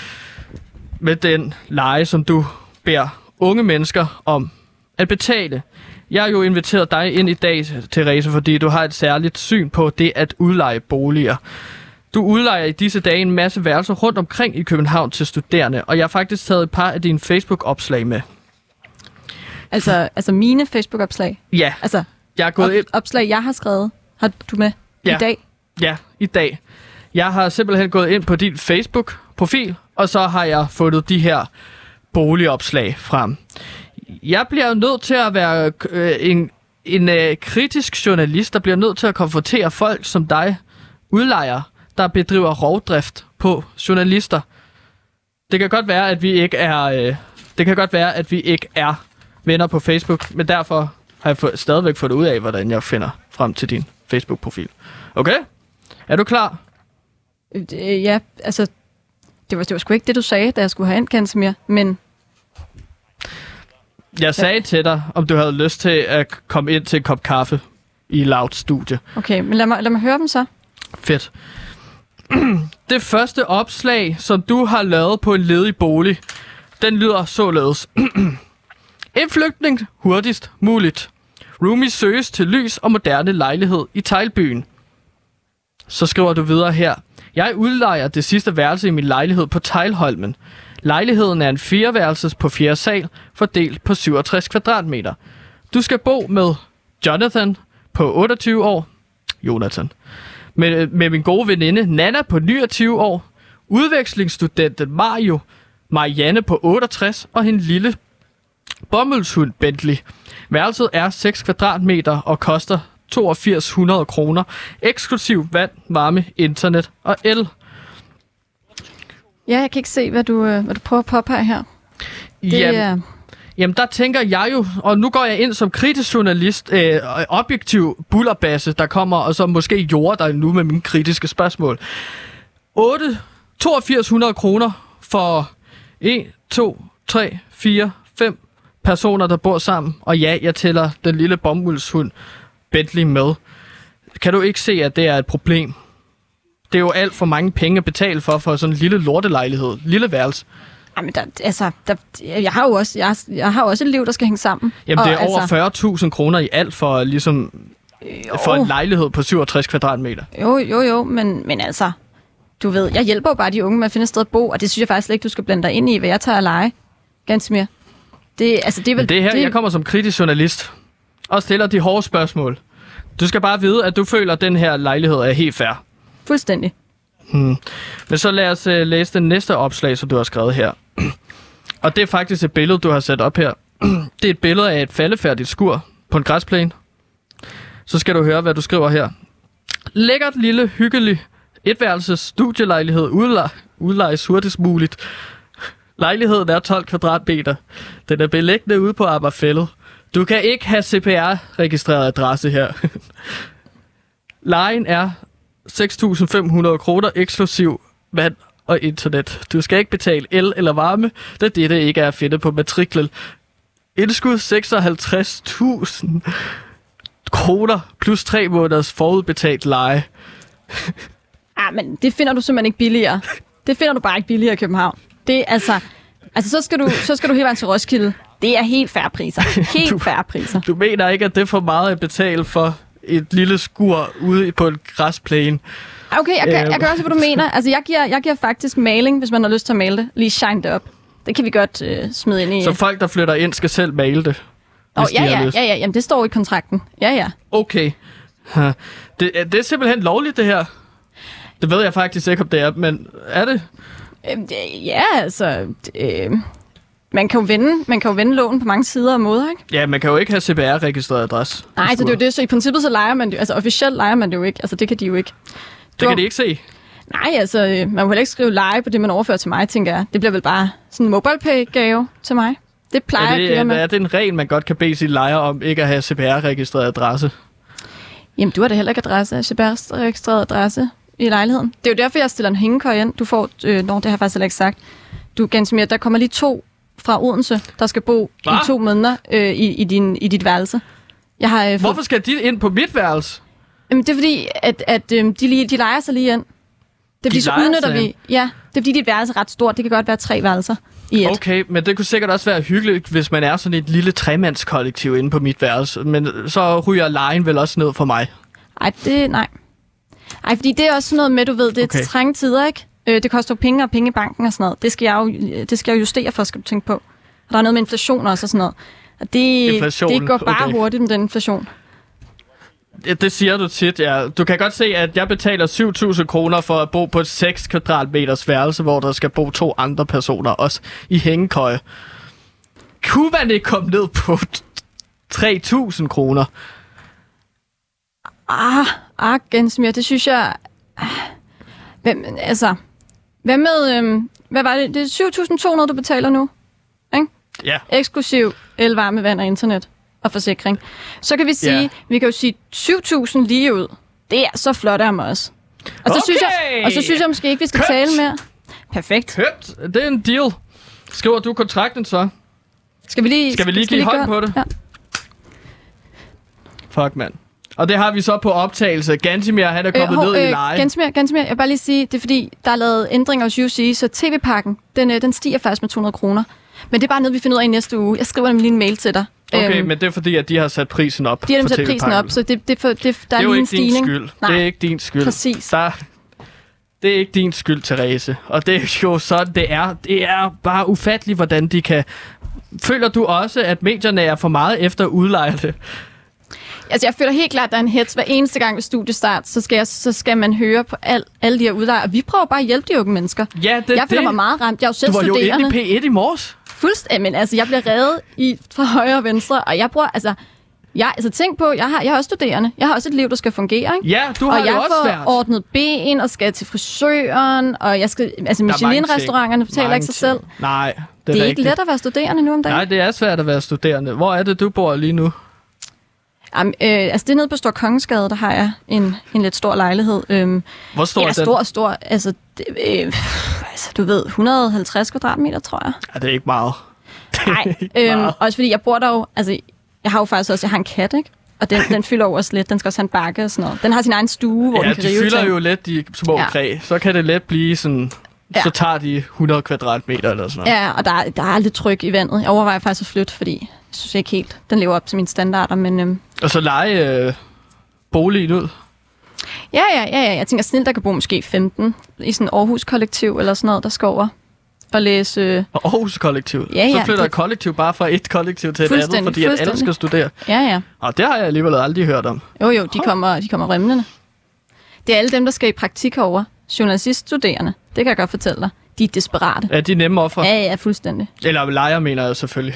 med den leje, som du beder unge mennesker om at betale. Jeg har jo inviteret dig ind i dag, Therese, fordi du har et særligt syn på det at udleje boliger. Du udlejer i disse dage en masse værelser rundt omkring i København til studerende, og jeg har faktisk taget et par af dine Facebook-opslag med. Altså, altså mine Facebook-opslag? Ja. Altså, jeg er gået op- ind... opslag, jeg har skrevet, har du med ja. i dag? Ja, i dag. Jeg har simpelthen gået ind på din Facebook-profil, og så har jeg fundet de her boligopslag frem. Jeg bliver nødt til at være øh, en, en øh, kritisk journalist, der bliver nødt til at konfrontere folk som dig, udlejere, der bedriver rovdrift på journalister. Det kan godt være, at vi ikke er, øh, det kan godt være, at vi ikke er venner på Facebook, men derfor har jeg få, stadigvæk fundet ud af, hvordan jeg finder frem til din Facebook-profil. Okay? Er du klar? Øh, ja, altså, det var, det var sgu ikke det, du sagde, da jeg skulle have ind, Gantemir, men... Jeg sagde ja. til dig, om du havde lyst til at komme ind til en kop kaffe i Loud Studie. Okay, men lad mig, lad mig høre dem så. Fedt. Det første opslag, som du har lavet på en ledig bolig, den lyder således. En flygtning hurtigst muligt. Roomie søges til lys og moderne lejlighed i Teglbyen. Så skriver du videre her. Jeg udlejer det sidste værelse i min lejlighed på Teglholmen. Lejligheden er en fireværelses på fjerde sal, fordelt på syvogtres kvadratmeter. Du skal bo med Jonathan på otteogtyve år. Jonathan. Med, med min gode veninde Nana på niogtyve år. Udvekslingsstudenten Mario. Marianne på otteogtres og en lille bomuldshund Bentley. Værelset er seks kvadratmeter og koster toogfirs hundrede kroner. Eksklusiv vand, varme, internet og el. Ja, jeg kan ikke se, hvad du, hvad du prøver at påpege her. Det jamen, er... jamen, der tænker jeg jo, og nu går jeg ind som kritisk journalist, øh, objektiv bullerbasse, der kommer, og så måske jorder dig nu med mine kritiske spørgsmål. otte, toogfirs hundrede kroner for en, to, tre, fire, fem personer, der bor sammen. Og ja, jeg tæller den lille bomuldshund Bentley med. Kan du ikke se, at det er et problem? Det er jo alt for mange penge at betale for, for sådan en lille lortelejlighed. Lille værelse. Jamen, der, altså, der, jeg har jo også, jeg, jeg har også et liv, der skal hænge sammen. Jamen, det er og, over altså, fyrre tusind kroner i alt for, ligesom, for en lejlighed på syvogtres kvadratmeter. Jo, jo, jo, men, men altså, du ved, jeg hjælper jo bare de unge med at finde et sted at bo, og det synes jeg faktisk ikke, du skal blande dig ind i, hvad jeg tager at lege. Ganske mere. Det, altså, det er vel... Men det her, det... jeg kommer som kritisk journalist og stiller de hårde spørgsmål. Du skal bare vide, at du føler, at den her lejlighed er helt fair. Fuldstændig. Hmm. Men så lad os uh, læse den næste opslag, som du har skrevet her. Og det er faktisk et billede, du har sat op her. Det er et billede af et faldefærdigt skur på en græsplæne. Så skal du høre, hvad du skriver her. Lækkert lille, hyggelig etværelses studielejlighed udle- udlejes hurtigst muligt. Lejligheden er tolv kvadratmeter. Den er beliggende ude på Amagerfælled. Du kan ikke have C P R-registreret adresse her. Lejen er seks tusind fem hundrede kroner eksklusiv vand og internet. Du skal ikke betale el eller varme, da dette ikke er at finde på matriklen. Indskud seksoghalvtreds tusind kroner plus tre måneders forudbetalt leje. Ah, men det finder du simpelthen ikke billigere. Det finder du bare ikke billigere i København. Det er altså... Altså, så skal du, så skal du hele vejen til Roskilde. Det er helt fair priser. Helt du, fair priser. Du mener ikke, at det er for meget at betale for et lille skur ude på en græsplæne? Okay, jeg, jeg, jeg gør også, hvad du mener. Altså, jeg giver, jeg giver faktisk maling, hvis man har lyst til at male det. Lige shine det op. Det kan vi godt øh, smide ind i. Så folk, der flytter ind, skal selv male det? Åh, oh, ja, ja, ja, ja. Jamen, det står i kontrakten. Ja, ja. Okay. Det, det er simpelthen lovligt, det her. Det ved jeg faktisk ikke, om det er, men er det? Øhm, ja, altså... Øh, man kan jo vende, man kan jo vende loven på mange sider og måder, ikke? Ja, man kan jo ikke have C P R-registreret adresse. Nej, så det er jo det. Så i princippet så leger man det. Altså officielt leger man det jo ikke. Altså det kan de jo ikke. Du det har... kan de ikke se? Nej, altså man må heller ikke skrive leje på det, man overfører til mig, tænker jeg. Det bliver vel bare sådan en MobilePay-gave til mig. Det plejer er det, jeg at køre med. Er det en regel, man godt kan bede sine lejer om ikke at have C P R-registreret adresse? Jamen, du har da heller ikke adresse, C P R-registreret adresse i lejligheden. Det er jo derfor, jeg stiller en hængekøj ind. Du får, øh, nå, det har jeg faktisk heller ikke sagt. Du, ganske mere, der kommer lige to fra Odense, der skal bo Hva? i to måneder øh, i, i, din, i dit værelse. Jeg har, øh, fået... Hvorfor skal de ind på mit værelse? Jamen, det er fordi, at, at øh, de, lige, de leger sig lige ind. Det er fordi, så udnytter vi... Ja, det er fordi, dit værelse er ret stort. Det kan godt være tre værelser i et. Okay, men det kunne sikkert også være hyggeligt, hvis man er sådan et lille tremandskollektiv inde på mit værelse. Men så ryger lejen vel også ned for mig. Ej, det... Nej. Ej, fordi det er også sådan noget med, du ved, det er okay. til trænge tider, ikke? Øh, det koster jo penge og penge i banken og sådan noget. Det skal jeg jo, det skal jeg jo justere for, skal du tænke på. Og der er noget med inflation også og sådan noget. Og det, det går bare okay. hurtigt med den inflation. Ja, det siger du tit, ja. Du kan godt se, at jeg betaler syv tusind kroner for at bo på et seks kvadratmeters værelse, hvor der skal bo to andre personer, også i hængekøje. Kunne man ikke komme ned på tre tusind kroner? Ah, ah, Gensmir, det synes jeg... Hvem, altså... Hvad med... Øhm, hvad var det? Det er syv tusind to hundrede, du betaler nu, ikke? Ja. Eksklusiv el, varme, vand og internet og forsikring. Så kan vi sige... Ja. Vi kan jo sige syv tusind lige ud. Det er så flot af mig også. Og så, okay. synes jeg, og så synes jeg måske ikke, vi skal Købt. tale mere. Perfekt. Købt. Det er en deal. Skriver du kontrakten så? Skal vi lige, skal vi lige give hånd på det? Ja. Fuck, mand. Og det har vi så på optagelse. Gantemir, han er kommet øh, ned øh, i leje. Gantemir, Gantemir, jeg vil bare lige sige, det er fordi, der er lavet ændringer hos U C, så tv-pakken, den, den stiger faktisk med to hundrede kroner. Men det er bare noget, vi finder ud af i næste uge. Jeg skriver dem lige en mail til dig. Okay, øhm, men det er fordi, at de har sat prisen op. De har sat prisen op, så det, det, for, det, der det er lige en Det er jo stigning. ikke din skyld. Nej, det er ikke din skyld. Præcis. Der, det er ikke din skyld, Therese. Og det er jo sådan, det er. Det er bare ufatteligt, hvordan de kan... Føler du også, at medierne er for meget efter udlejerne? Altså, jeg føler helt klart, at der er en hets. Hver eneste gang ved studiestart, så skal, jeg, så skal man høre på al, alle de her udlejere. Og vi prøver bare at hjælpe de unge mennesker. Ja, det, jeg føler det. mig meget ramt. Jeg er jo selv studerende. Du var studerende. jo inde i P et i morges. Fuldstændig. Men altså, jeg bliver revet i, fra højre og venstre. Og jeg bruger, altså... Jeg, altså tænk på, jeg har, jeg har også studerende. Jeg har også et liv, der skal fungere, ikke? Ja, du har og det også svært. Og jeg får ordnet ben, og skal til frisøren, og jeg skal... Altså, Michelin-restauranterne betaler ikke sig selv. Nej, det er Det er rigtigt. ikke let at være studerende nu om dagen. Nej, det er svært at være studerende. Hvor er det, du bor lige nu? Jamen, øh, altså, det er nede på Stor Kongensgade, der har jeg en, en lidt stor lejlighed. Øhm, Hvor stor ja, er den? stor og stor. Altså, det, øh, altså, du ved, et hundrede og halvtreds kvadratmeter, tror jeg. Ja, det er ikke meget. Nej, øhm, også fordi jeg bor der jo... Altså, jeg har jo faktisk også... Jeg har en kat, ikke? Og den, den fylder over os lidt. Den skal også have en bakke og sådan noget. Den har sin egen stue, hvor ja, den kan de rive fylder ting. jo let de små Ja. kræ. Så kan det let blive sådan... Ja. Så tager de hundrede kvadratmeter eller sådan noget. Ja, og der, er- der er lidt tryk i vandet. Jeg overvejer faktisk at flytte, fordi jeg synes ikke helt, den lever op til mine standarder, men... Øhm, Og så lege øh, boligen ud. ja, ja, ja, ja. Jeg tænker snilt, der kan bo måske femten i sådan en Aarhus-kollektiv eller sådan noget, der skal over og læse... Øh, Og Aarhus-kollektivet. Ja, ja, så flytter det- et kollektiv bare fra et kollektiv til et andet, Fuldstændig, fordi at alle fuldstændig. skal studere. ja, ja. Og det har jeg alligevel aldrig hørt om. Jo, jo, de kommer, de kommer rømlende. Det er alle dem, der skal i praktik herovre. Journaliststuderende. Det kan jeg godt fortælle dig. De er desperate. Er de nemme offer? Ja, ja, fuldstændig. Eller lejer, mener jeg selvfølgelig.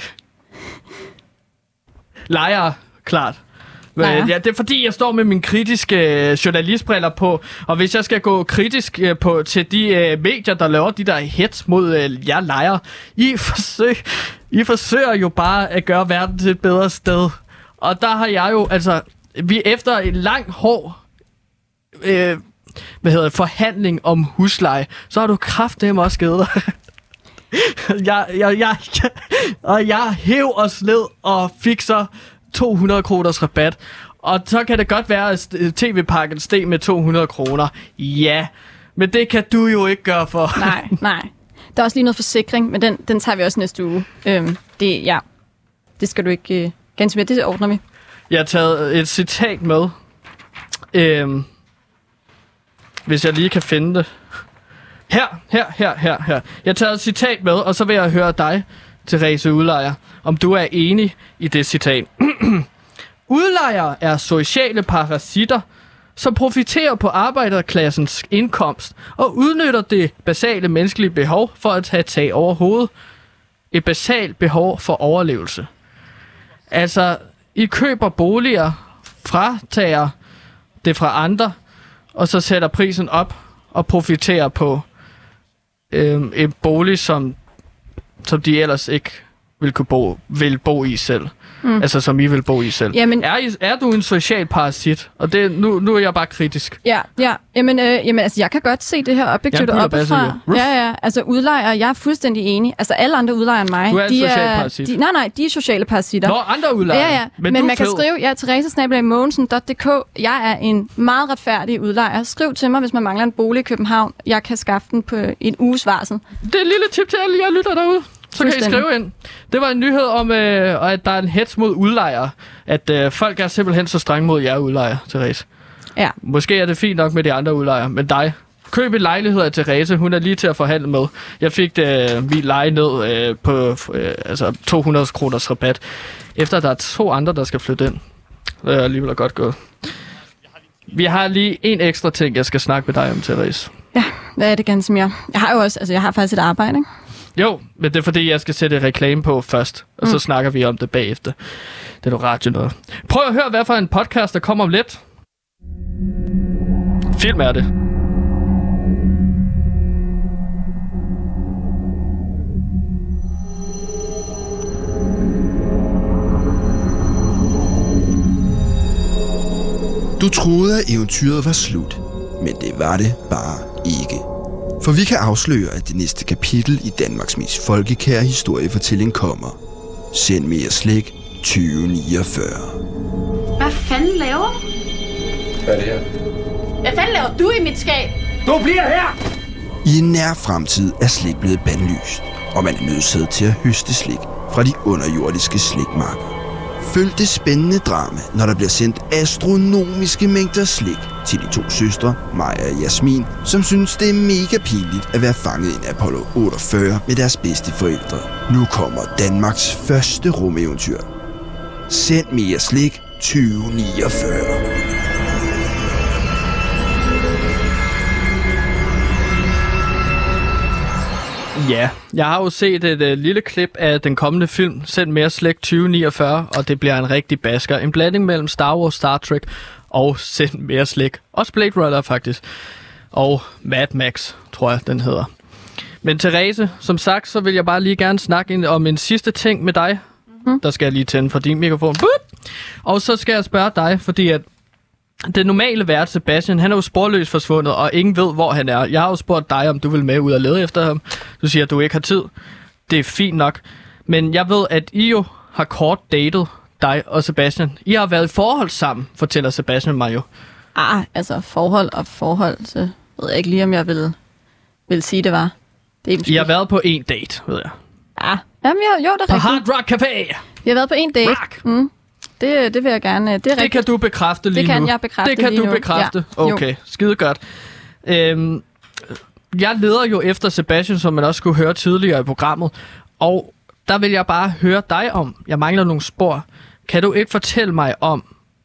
Lejer, klart. Men, Lejer. ja, det er fordi, jeg står med mine kritiske øh, journalistbriller på, og hvis jeg skal gå kritisk øh, på til de øh, medier, der laver de der hets mod øh, jer lejer, I, forsøg, I forsøger jo bare at gøre verden til et bedre sted. Og der har jeg jo, altså, vi efter en lang, hård øh, hvad hedder det, forhandling om husleje, så har du kraftedeme også givet dig. jeg, jeg, jeg, jeg, og jeg hæv og sled og fik så to hundrede kroners rabat. Og så kan det godt være, at tv-pakken steg med to hundrede kroner. Ja, men det kan du jo ikke gøre for. Nej, nej. Der er også lige noget forsikring, men den, den tager vi også næste uge. Øhm, det, ja, det skal du ikke... Øh, ganske mere, det ordner vi. Jeg har taget et citat med. Øhm, hvis jeg lige kan finde det. Her, her, her, her, her. Jeg tager et citat med, og så vil jeg høre dig, Therese Udlejer, om du er enig i det citat. Udlejere er sociale parasitter, som profiterer på arbejderklassens indkomst og udnytter det basale menneskelige behov for at have tag over hovedet. Et basalt behov for overlevelse. Altså, I køber boliger, fratager det fra andre, og så sætter prisen op og profiterer på øh, en bolig, som, som de ellers ikke vil kunne bo, vil bo i selv. Mm. Altså, som I vil bo i selv. Jamen, er, I, er du en social parasit? Og det, nu, nu er jeg bare kritisk. Ja, ja. Jamen, øh, jamen, altså, jeg kan godt se det her objektivt oppefra. Ja, ja. Altså, udlejere, jeg er fuldstændig enig. Altså, alle andre udlejere end mig. Du er en de social er, parasit. De, nej, nej, de er sociale parasitter. Nå, andre udlejere. Ja, ja. Men, Men du man kan fed. skrive, ja, therese snabel-a mogensen punktum d k. Jeg er en meget retfærdig udlejer. Skriv til mig, hvis man mangler en bolig i København. Jeg kan skaffe den på en uges varsel. Det er et lille tip til alle jer lytter derude. Så kan I skrive ind. Det var en nyhed om, øh, at der er en hets mod udlejere. At øh, folk er simpelthen så strenge mod jer udlejere, Therese. Ja. Måske er det fint nok med de andre udlejere, men dig. Køb en lejlighed af Therese. Hun er lige til at forhandle med. Jeg fik det, min leje ned øh, på øh, altså to hundrede kroners rabat. Efter der er to andre, der skal flytte ind. Det er alligevel godt gået. Vi har lige en ekstra ting, jeg skal snakke med dig om, Therese. Ja, hvad er det ganske mere? Jeg har jo også, altså jeg har faktisk et arbejde, ikke? Jo, men det er fordi, jeg skal sætte reklame på først, og mm. så snakker vi om det bagefter. Det er noget radio noget. Prøv at høre, hvad for en podcast, der kommer om lidt. Film er det. Du troede, at eventyret var slut, men det var det bare ikke. For vi kan afsløre, at det næste kapitel i Danmarks mest folkekære historiefortælling kommer. Send mere slik tyve niogfyrre. Hvad fanden laver du? Hvad er det her? Hvad fanden laver du i mit skab? Du bliver her! I en nær fremtid er slik blevet bandlyst, og man er nødsaget til at høste slik fra de underjordiske slikmarker. Følg det spændende drama, når der bliver sendt astronomiske mængder slik til de to søstre, Maja og Jasmin, som synes, det er mega pinligt at være fanget i en Apollo otteogfyrre med deres bedste forældre. Nu kommer Danmarks første rumeventyr. Send mere slik tyve niogfyrre. Ja, jeg har jo set et uh, lille klip af den kommende film, Send mere slik tyve niogfyrre, og det bliver en rigtig basker. En blanding mellem Star Wars, Star Trek og Send mere slik. Også Blade Runner faktisk. Og Mad Max, tror jeg, den hedder. Men Therese, som sagt, så vil jeg bare lige gerne snakke om en sidste ting med dig. Mm-hmm. Der skal jeg lige tænde for din mikrofon. Boop! Og så skal jeg spørge dig, fordi at den normale vært, Sebastian, han er jo sporløst forsvundet, og ingen ved, hvor han er. Jeg har jo spurgt dig, om du vil med ud og lede efter ham. Du siger, at du ikke har tid. Det er fint nok. Men jeg ved, at I jo har kort datet dig og Sebastian. I har været i forhold sammen, fortæller Sebastian mig jo. Ah, altså forhold og forhold, så ved jeg ikke lige, om jeg vil, vil sige, det var. Det er I har været på en date, ved jeg. Ja, jamen, jo, det er på rigtigt. Hard Rock Café. Vi har været på en date. Rock. Mm. Det, det vil jeg gerne. Det, er det kan du bekræfte lige nu. Det kan nu. jeg bekræfte Det kan lige du nu. bekræfte. Ja. Okay, skide godt. Øhm, jeg leder jo efter Sebastian, som man også skulle høre tidligere i programmet. Og der vil jeg bare høre dig om. Jeg mangler nogle spor. Kan du ikke fortælle mig om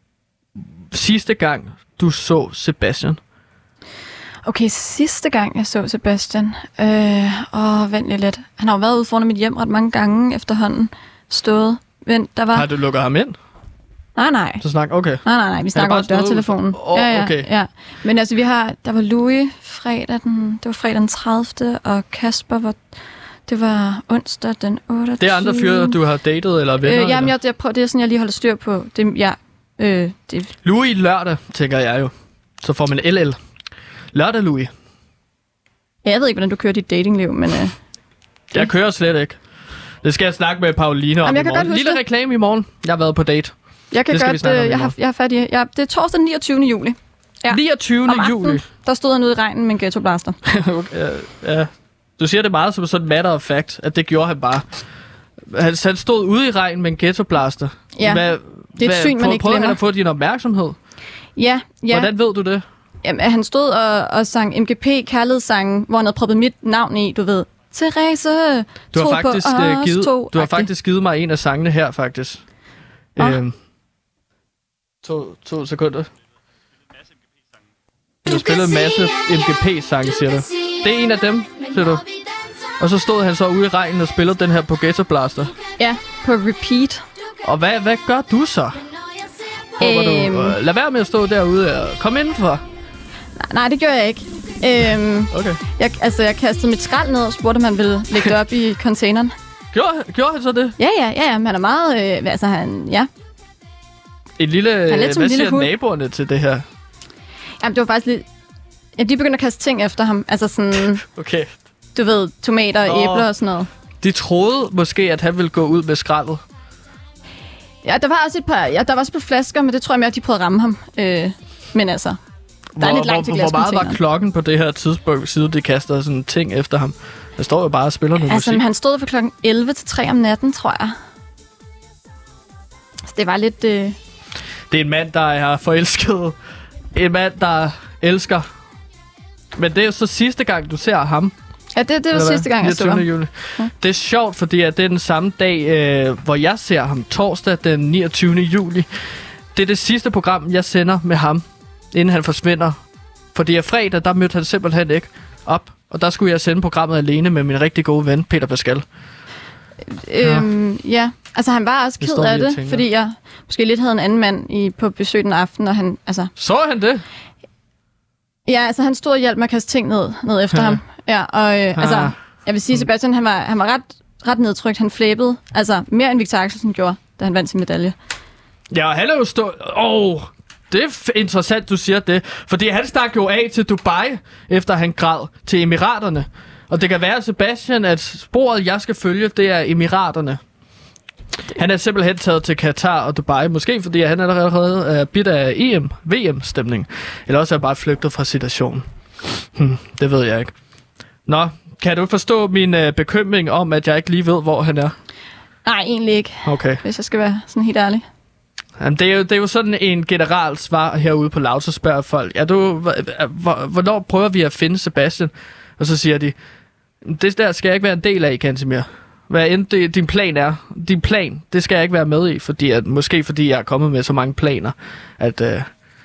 sidste gang, du så Sebastian? Okay, sidste gang jeg så Sebastian. Øh, åh, vent lige lidt. Han har jo været ude foran mit hjem ret mange gange efterhånden. Stået. Vent, der var... Har du lukket ham ind? Nej, nej. Så snak, okay. Nej, nej, nej. Vi snakker om dørtelefonen. Åh, ja, ja, okay. ja. Men altså, vi har... Der var Louis fredag den... Det var fredag den tredivte og Kasper var... Det var onsdag den otteogtyvende. Det er andre fyre, du har datet eller venner? Øh, jamen, eller? jeg, jeg prøver, det er sådan, jeg lige holder styr på. Det, ja, øh, det... Louis lørdag, tænker jeg jo. Så får man L L. Lørdag, Louis. Ja, jeg ved ikke, hvordan du kører dit datingliv, men... Øh, jeg kører slet ikke. Det skal jeg snakke med Pauline om Jamen, jeg i kan morgen. godt huske Lille det. reklame i morgen. Jeg har været på date. Jeg kan det godt... Øh, jeg, har, jeg har fat i... Ja, det er torsdag den niogtyvende juli. Ja. niogtyvende juli? Der stod han ude i regnen med en ghettoblaster. okay, ja. Du siger det meget som sådan matter of fact, at det gjorde han bare. Han, han stod ude i regnen med en ghettoblaster. Ja, hvad, det er et syn, man ikke Prøvede glemmer. han at få din opmærksomhed? Ja, ja. Hvordan ved du det? Jamen, han stod og, og sang M G P kærlighedssangen, hvor han havde proppet mit navn i, du ved. Therese, Du har faktisk, på øh, os givet, to. du har faktisk givet mig en af sangene her, faktisk. Oh. Øhm, to, to sekunder. Du har spillet en masse M G P-sange, siger du. Det er en af dem, siger du. Og så stod han så ude i regnen og spillede den her på Ghetto Blaster. Ja, på repeat. Og hvad, hvad gør du så? Håber Øhm. du, øh, lad være med at stå derude og kom indenfor. Nej, nej, det gjorde jeg ikke. Øhm, okay. Jeg, altså, jeg kastede mit skrald ned og spurgte, om han ville lægge det op i containeren. Gjorde, gjorde han så det? Ja, ja, ja, ja. Men han er meget... Øh, altså, han... Ja. En lille... Han er lidt som hvad en lille siger hund. naboerne til det her? Jamen, det var faktisk lidt... Ja, de begyndte at kaste ting efter ham. Altså sådan... Okay. Du ved, tomater og Nå. æbler og sådan noget. De troede måske, at han ville gå ud med skraldet. Ja, der var også et par... Ja, der var også et par flasker, men det tror jeg mere, at de prøvede at ramme ham. Øh, men altså... Der hvor, er lidt langt til hvor, hvor meget var glascontaineren. klokken på det her tidspunkt, siden de kaster sådan ting efter ham? Der står jo bare og spiller noget Altså, musik. han stod fra klokken elleve til tre om natten, tror jeg. Så det var lidt... Øh... Det er en mand, der er forelsket. En mand, der elsker. Men det er jo så sidste gang, du ser ham. Ja, det, det var Eller hvad? sidste gang, jeg så ham. niogtyvende juli. Ja. Det er sjovt, fordi at det er den samme dag, øh, hvor jeg ser ham. Torsdag den niogtyvende juli. Det er det sidste program, jeg sender med ham, inden han forsvinder. Fordi af fredag, der mødte han simpelthen ikke op. Og der skulle jeg sende programmet alene med min rigtig gode ven, Peter Pascal. Øhm, ja. ja, altså han var også Det ked står af lige og det, tænker. fordi jeg måske lidt havde en anden mand i, på besøg den aften, og han, altså... Så han det? Ja, altså han stod og hjalp mig at kaste ting ned, ned efter Ja. ham. Ja, og øh, altså, Ah. jeg vil sige, Sebastian, han var, han var ret, ret nedtrykt. Han flæbede, altså mere end Victor Axelsen gjorde, da han vandt sin medalje. Ja, han er jo stå... Åh, oh, det er f- interessant, du siger det. Fordi han stak jo af til Dubai, efter han græd til Emiraterne. Og det kan være, Sebastian, at sporet, jeg skal følge, det er Emiraterne. Han er simpelthen taget til Katar og Dubai. Måske fordi han allerede er bidt af E M, V M-stemning. Eller også er han bare flygtet fra situationen. Hmm, det ved jeg ikke. Nå, kan du forstå min øh, bekymring om, at jeg ikke lige ved, hvor han er? Nej, egentlig ikke, Okay. hvis jeg skal være sådan helt ærlig. Jamen, det, er jo, det er jo sådan en general svar herude på Lav, så spørger folk, ja, du, h- h- hvornår prøver vi at finde Sebastian? Og så siger de, det der skal jeg ikke være en del af, Kantemir. Hvad end det, din plan er, din plan, det skal jeg ikke være med i, fordi at, måske fordi jeg er kommet med så mange planer, at øh,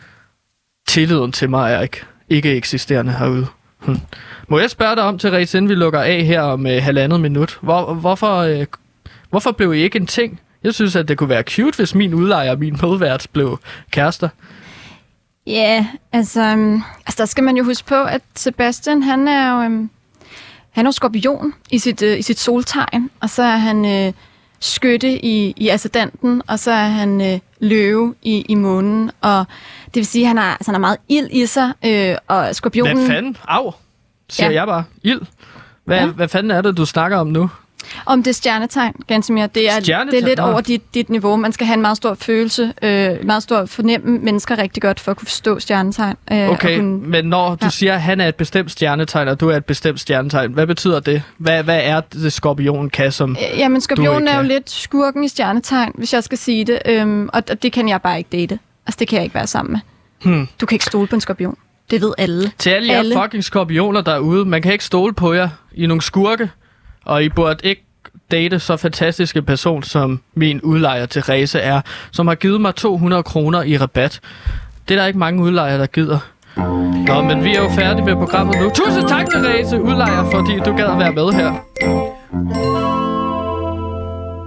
tilliden til mig er ikke, ikke eksisterende herude. Hm. Må jeg spørge dig om, Therese, inden vi lukker af her om øh, halvandet minut, hvor, hvorfor, øh, hvorfor blev I ikke en ting? Jeg synes, at det kunne være cute, hvis min udlejer og min medvært blev kærester. Ja, yeah, altså, um, altså der skal man jo huske på, at Sebastian, han er jo, um, han er jo skorpion i sit, uh, i sit soltegn, og så er han uh, skytte i, i ascendanten, og så er han uh, løve i, i månen, og det vil sige, at han har, altså, han har meget ild i sig, uh, og skorpionen... Hvad fanden? Au, siger Ja. jeg bare. Ild. Hvad, Ja. hvad fanden er det, du snakker om nu? Om det er stjernetegn, ganske mere. Det er, Stjernetegn, det er lidt nå. over dit, dit niveau. Man skal have en meget stor følelse, øh, meget stor fornemme mennesker rigtig godt for at kunne forstå stjernetegn. Øh, Okay, og kunne, men når du Ja. siger, at han er et bestemt stjernetegn, og du er et bestemt stjernetegn, hvad betyder det? Hvad, hvad er det, skorpionen kan, som øh, jamen, skorpionen ikke er jo kan? lidt skurken i stjernetegn, hvis jeg skal sige det. Øhm, og og det kan jeg bare ikke date. Altså, det kan jeg ikke være sammen med. Hmm. Du kan ikke stole på en skorpion. Det ved alle. Til alle jer Alle. fucking skorpioner derude, man kan ikke stole på jer. I er nogle skurke, og I burde ikke date så fantastiske person, som min udlejer Therese er, som har givet mig to hundrede kroner i rabat. Det er der ikke mange udlejere, der gider. Nå, men vi er jo færdige med programmet nu. Tusind tak, Therese, udlejer, fordi du gad at være med her.